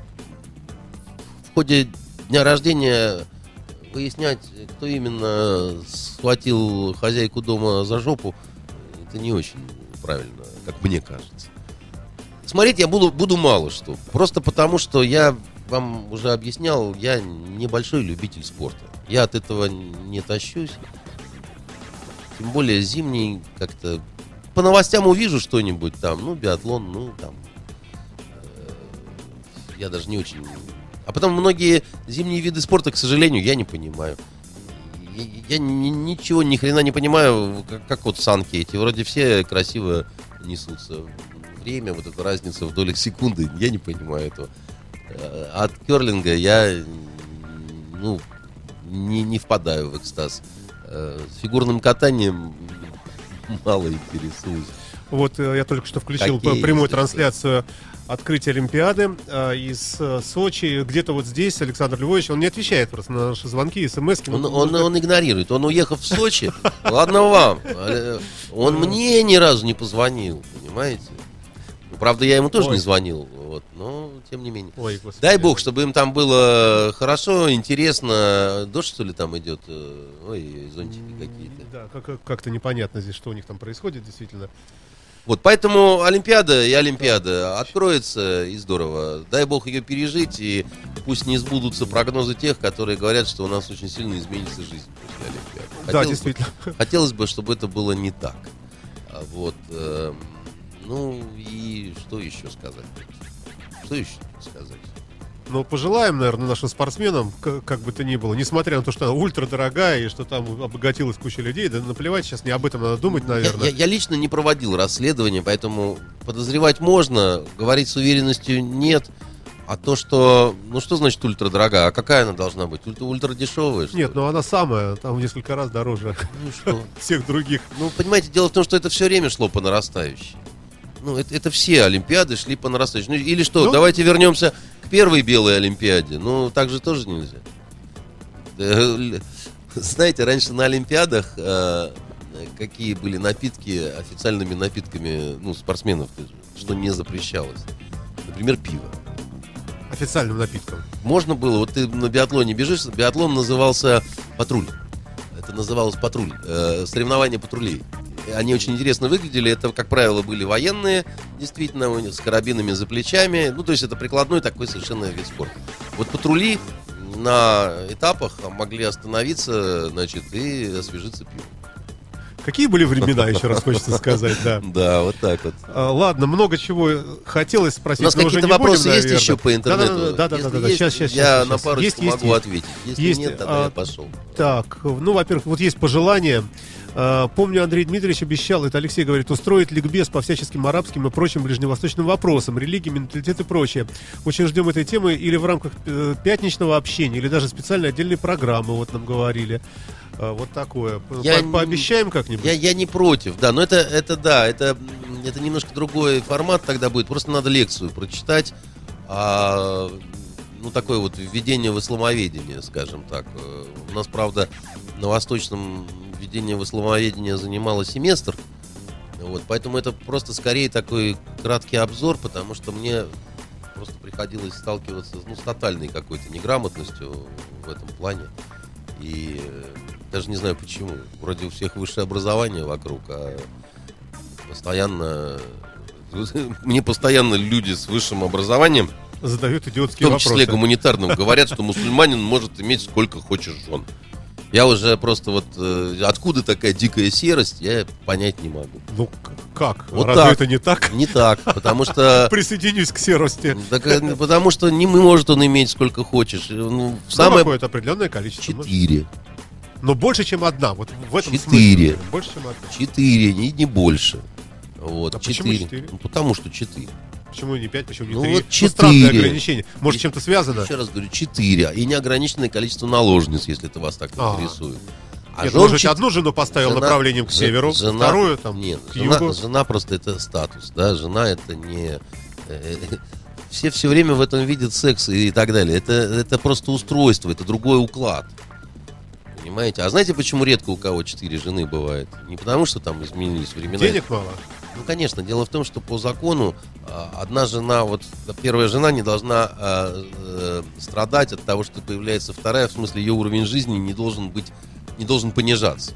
в ходе дня рождения выяснять, кто именно схватил хозяйку дома за жопу, это не очень правильно, как мне кажется. Смотреть я буду мало что. Просто потому, что я вам уже объяснял, я небольшой любитель спорта. Я от этого не тащусь. Тем более зимний как-то... По новостям увижу что-нибудь там, ну, биатлон, ну, там... Я даже не очень... А потом многие зимние виды спорта, к сожалению, я не понимаю. Я ничего, ни хрена не понимаю, как вот санки эти. Вроде все красиво несутся. Время, вот эта разница в долях секунды, я не понимаю этого. От керлинга я, ну, не впадаю в экстаз. С фигурным катанием мало интересуюсь.
Вот я только что включил прямую трансляцию открытия Олимпиады из Сочи. Где-то вот здесь Александр Львович, он не отвечает просто на наши звонки, смс-ки.
Он игнорирует. Он, уехав в Сочи, ладно вам, он мне ни разу не позвонил, понимаете? Правда, я ему тоже не звонил, вот, но тем не менее.
Ой, Господи.
Дай бог, чтобы им там было хорошо, интересно. Дождь, что ли, там идет? Ой, зонтики какие-то.
Да, как-то непонятно здесь, что у них там происходит, действительно.
Вот, поэтому Олимпиада и Олимпиада откроется, и здорово. Дай бог ее пережить, и пусть не сбудутся прогнозы тех, которые говорят, что у нас очень сильно изменится жизнь после Олимпиады.
Да, действительно.
Хотелось бы, чтобы это было не так. Вот. Ну, и что еще сказать? Что еще сказать?
Ну, пожелаем, наверное, нашим спортсменам, как бы то ни было, несмотря на то, что она ультрадорогая и что там обогатилась куча людей, да наплевать, сейчас не об этом надо думать, наверное.
Я лично не проводил расследование, поэтому подозревать можно, говорить с уверенностью нет. А то, что... Ну, что значит ультрадорогая? А какая она должна быть? Ультрадешевая?
Нет, ну она самая, там в несколько раз дороже всех других.
Ну, понимаете, дело в том, что это все время шло по нарастающей. Ну, это все Олимпиады шли по нарастающей. Ну, или что, давайте вернемся к первой белой Олимпиаде. Ну, так же тоже нельзя. Знаете, раньше на Олимпиадах какие были напитки официальными напитками, ну, спортсменов, что не запрещалось. Например, пиво.
Официальным напитком.
Можно было, вот ты на биатлоне бежишь, биатлон назывался «Патруль». Это называлось «Патруль», соревнования патрулей. Они очень интересно выглядели. Это, как правило, были военные, действительно, с карабинами за плечами. Ну, то есть это прикладной такой совершенно вид спорта. Вот патрули на этапах могли остановиться, значит, и освежиться пивом.
Какие были времена, еще раз хочется сказать, да.
Да, вот так вот.
Ладно, много чего хотелось спросить.
У нас какие-то вопросы есть еще по интернету?
Да. Сейчас.
Я на парочку могу ответить. Если нет, тогда я пошел.
Так, ну, во-первых, вот есть пожелание Помню, Андрей Дмитриевич обещал, это Алексей говорит, устроить ликбез по всяческим арабским и прочим ближневосточным вопросам, религии, менталитет и прочее. Очень ждем этой темы или в рамках пятничного общения, или даже специальной отдельной программы, вот нам говорили. Вот такое. Пообещаем как-нибудь?
Я не против, да, но это немножко другой формат тогда будет. Просто надо лекцию прочитать. Такое вот введение в исламоведение, скажем так. У нас, правда, на Восточном введение в исламоведение занимало семестр. Вот, поэтому это просто скорее такой краткий обзор, потому что мне просто приходилось сталкиваться с тотальной какой-то неграмотностью в этом плане. И даже не знаю почему. Вроде у всех высшее образование вокруг, а мне постоянно люди с высшим образованием
задают идиотские вопросы.
В том числе гуманитарным говорят, что мусульманин может иметь сколько хочешь жен. Я уже просто откуда такая дикая серость, я понять не могу.
Ну как?
Вот
разве
так.
Это не так?
Не так, потому что...
Присоединюсь к серости.
Потому что не может он иметь сколько хочешь.
Самое какое-то определенное количество.
4.
Но больше, чем одна. Вот в этом
4.
смысле. Больше, чем одна.
4, не больше. Вот,
а 4. Почему 4?
Потому что 4.
Почему не 5, почему не 3?
Вот 4.
Странное ограничение. Может, чем-то связано?
Еще раз говорю, 4. И неограниченное количество наложниц, если это вас так интересует.
Нет, может, одну жену поставил направлением к северу, вторую там к югу.
Жена просто это статус, да, жена это не... Все время в этом видят секс и так далее. Это просто устройство, это другой уклад. Понимаете? А знаете, почему редко у кого 4 жены бывает? Не потому, что там изменились времена.
Денег мало?
Ну, конечно. Дело в том, что по закону одна жена, первая жена не должна страдать от того, что появляется вторая. В смысле, ее уровень жизни не должен понижаться.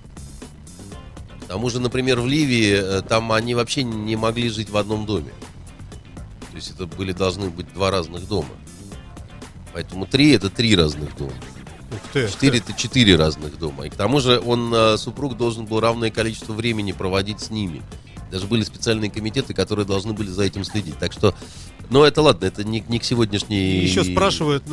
К тому же, например, в Ливии там они вообще не могли жить в одном доме. То есть это должны быть 2 разных дома. Поэтому 3 это 3 разных дома. 4 это 4 разных дома. И к тому же супруг должен был равное количество времени проводить с ними. Даже были специальные комитеты, которые должны были за этим следить. Так что, это ладно, это не к сегодняшней...
Еще спрашивают,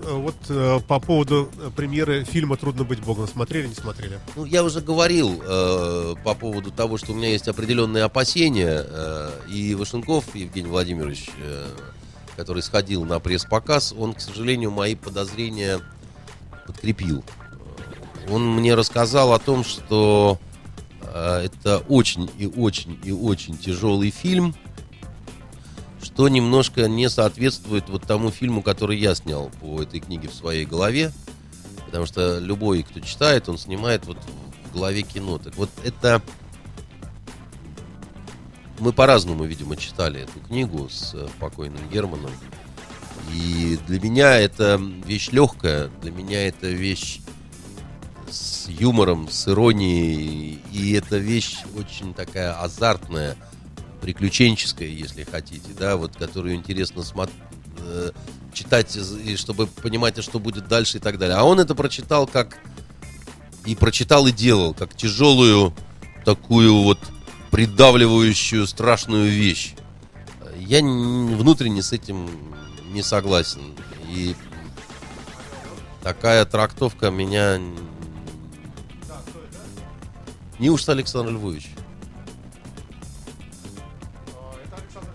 по поводу премьеры фильма «Трудно быть Богом». Смотрели, не смотрели?
Я уже говорил по поводу того, что у меня есть определенные опасения. И Вашенков Евгений Владимирович, который сходил на пресс-показ, он, к сожалению, мои подозрения подкрепил. Он мне рассказал о том, что это очень и очень и очень тяжелый фильм, что немножко не соответствует тому фильму, который я снял по этой книге в своей голове. Потому что любой, кто читает, он снимает в голове кино. Так вот это... Мы по-разному, видимо, читали эту книгу с покойным Германом. И для меня это вещь легкая, для меня это вещь с юмором, с иронией, и это вещь очень такая азартная, приключенческая, если хотите, да, которую интересно читать, и чтобы понимать, что будет дальше и так далее. А он это прочитал и делал, как тяжелую, такую придавливающую, страшную вещь. Я внутренне с этим не согласен. И такая трактовка меня... Неужто Александр Львович?
Это Александр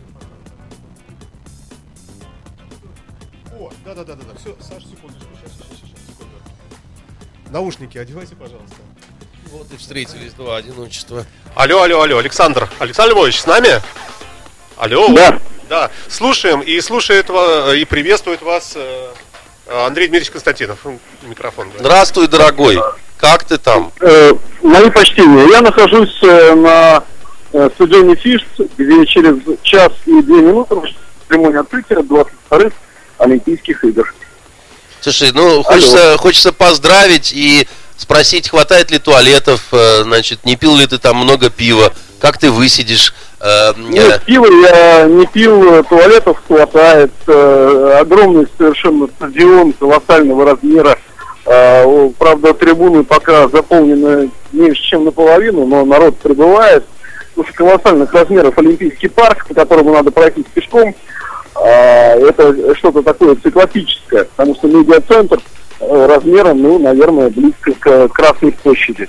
О, да. Все, Саша, секундочку. Сейчас, секунду. Наушники одевайте, пожалуйста.
Вот и встретились 2 одиночества.
Алло, Александр. Александр Львович, с нами? Алло. Да. Слушаем и приветствует вас Андрей Дмитриевич Константинов. Микрофон. Да.
Здравствуй, дорогой. Как ты там?
Мои почтения. Я нахожусь на стадионе Фишт, где через час и 2 минуты церемония открытия 22-х Олимпийских игр.
Слушай, хочется поздравить и спросить, хватает ли туалетов, не пил ли ты там много пива, как ты высидишь?
Нет, пива я не пил, туалетов хватает, огромный совершенно стадион колоссального размера. Правда, трибуны пока заполнены меньше, чем наполовину, но народ прибывает. Слушай, колоссальных размеров Олимпийский парк, по которому надо пройти пешком. Это что-то такое циклопическое, потому что медиацентр размером, наверное, близко к Красной площади.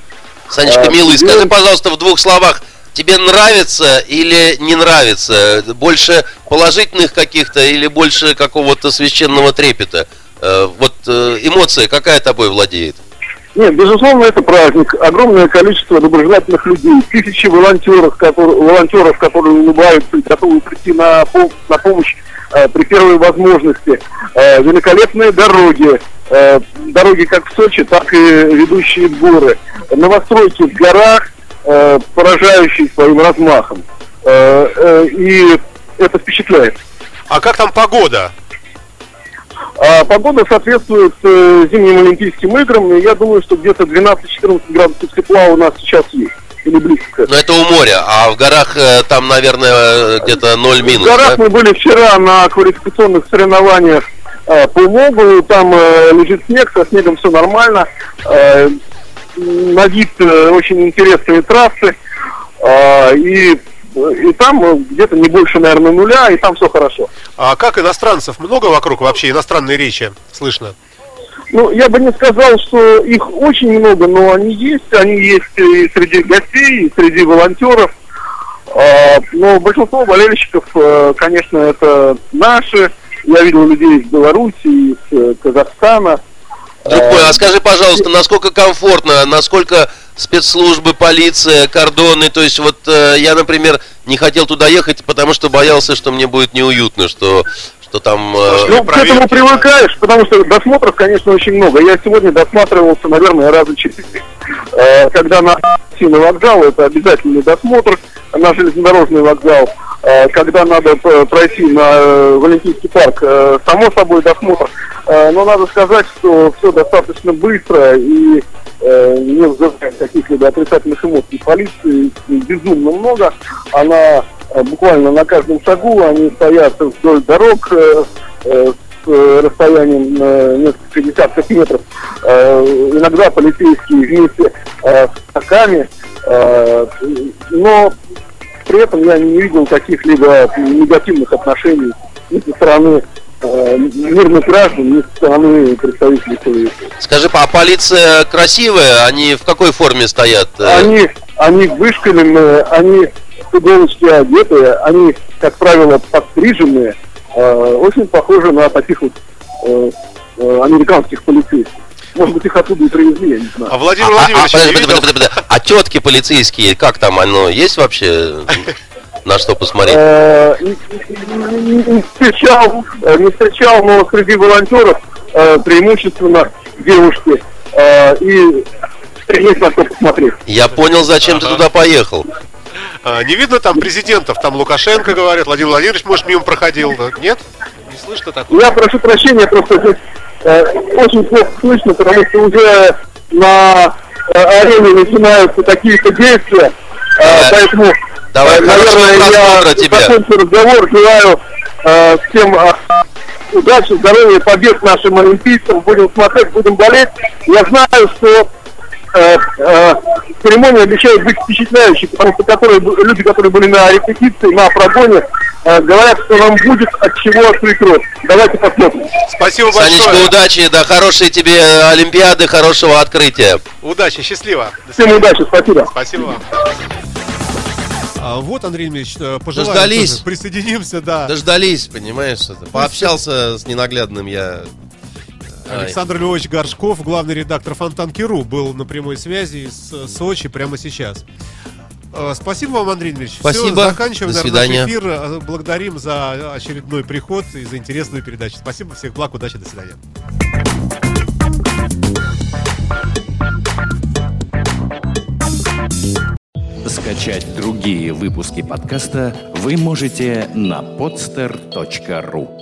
Санечка, милый, скажи, пожалуйста, в 2 словах, тебе нравится или не нравится? Больше положительных каких-то или больше какого-то священного трепета? Вот эмоция какая тобой владеет?
Нет, безусловно, это праздник. Огромное количество доброжелательных людей, тысячи волонтеров, которые улыбаются и готовы прийти на помощь при первой возможности. Великолепные дороги. Дороги как в Сочи, так и ведущие в горы. Новостройки в горах, поражающие своим размахом. И это впечатляет.
А как там погода?
Погода соответствует зимним Олимпийским играм, и я думаю, что где-то 12-14 градусов тепла у нас сейчас есть, или близко.
Но это у моря, а в горах там, наверное, где-то 0 минус.
В горах, да? Мы были вчера на квалификационных соревнованиях по Могулу, там лежит снег, со снегом все нормально, на вид очень интересные трассы, и там где-то не больше, наверное, 0, и там все хорошо.
А как иностранцев много вокруг вообще, иностранные речи слышно?
Ну, я бы не сказал, что их очень много, но они есть и среди гостей, и среди волонтеров. Но большинство болельщиков, конечно, это наши. Я видел людей из Беларуси, из Казахстана.
Друг мой, а скажи, пожалуйста, насколько комфортно, насколько спецслужбы, полиция, кордоны, то есть вот я, например, не хотел туда ехать, потому что боялся, что мне будет неуютно, что там...
Ну, к этому привыкаешь, потому что досмотров, конечно, очень много. Я сегодня досматривался, наверное, раза 4. Когда на вокзал, это обязательный досмотр, на железнодорожный вокзал. Когда надо пройти в Олимпийский парк, само собой досмотр. Но надо сказать, что все достаточно быстро и не вызывает каких-либо отрицательных эмоций. Полиции безумно много. Она буквально на каждом шагу, они стоят вдоль дорог с расстоянием несколько десятков метров. Иногда полицейские вместе с таками, но при этом я не видел каких-либо негативных отношений ни со стороны мирных граждан, ни со стороны представителей полиции.
Скажи, а полиция красивая? Они в какой форме стоят?
Они вышкаленные, они с иголочки одетые, они, как правило, подстриженные, очень похожи на таких вот американских полицейских. Может быть, их оттуда и привезли, я не знаю.
А Владимир Владимирович,
а тетки полицейские, как там оно? Есть вообще на что посмотреть?
Не встречал, но среди волонтеров преимущественно девушки. И есть на что посмотреть.
Я понял, зачем ты туда поехал.
Не видно там президентов, там Лукашенко говорят, Владимир Владимирович, может, мимо проходил, нет? Не слышно такого?
Я прошу прощения, просто здесь очень плохо слышно, потому что уже на арене начинаются какие-то действия, поэтому, наверное, я закончу разговор, желаю всем удачи, здоровья, побед нашим олимпийцам, будем смотреть, будем болеть. Я знаю, что церемония обещает быть впечатляющей, потому что люди, которые были на репетиции, на прогоне, говорят, что нам будет от чего открыть рот. Давайте посмотрим.
Спасибо большое.
Санечка, удачи, да, хорошей тебе Олимпиады, хорошего открытия.
Удачи, счастливо.
Всем удачи, спасибо.
Спасибо вам. Вот, Андрей Ильич, пожелаем.
Дождались.
Присоединимся, да.
Дождались, понимаешь, пообщался с ненаглядным я.
Александр Львович Горшков, главный редактор Фонтанки.ру, был на прямой связи с Сочи прямо сейчас. Спасибо вам, Андрей Ильич.
Спасибо.
Все, заканчиваем наш
эфир.
Благодарим за очередной приход и за интересную передачу. Спасибо, всех благ, удачи, до свидания.
Скачать другие выпуски подкаста вы можете на podster.ru.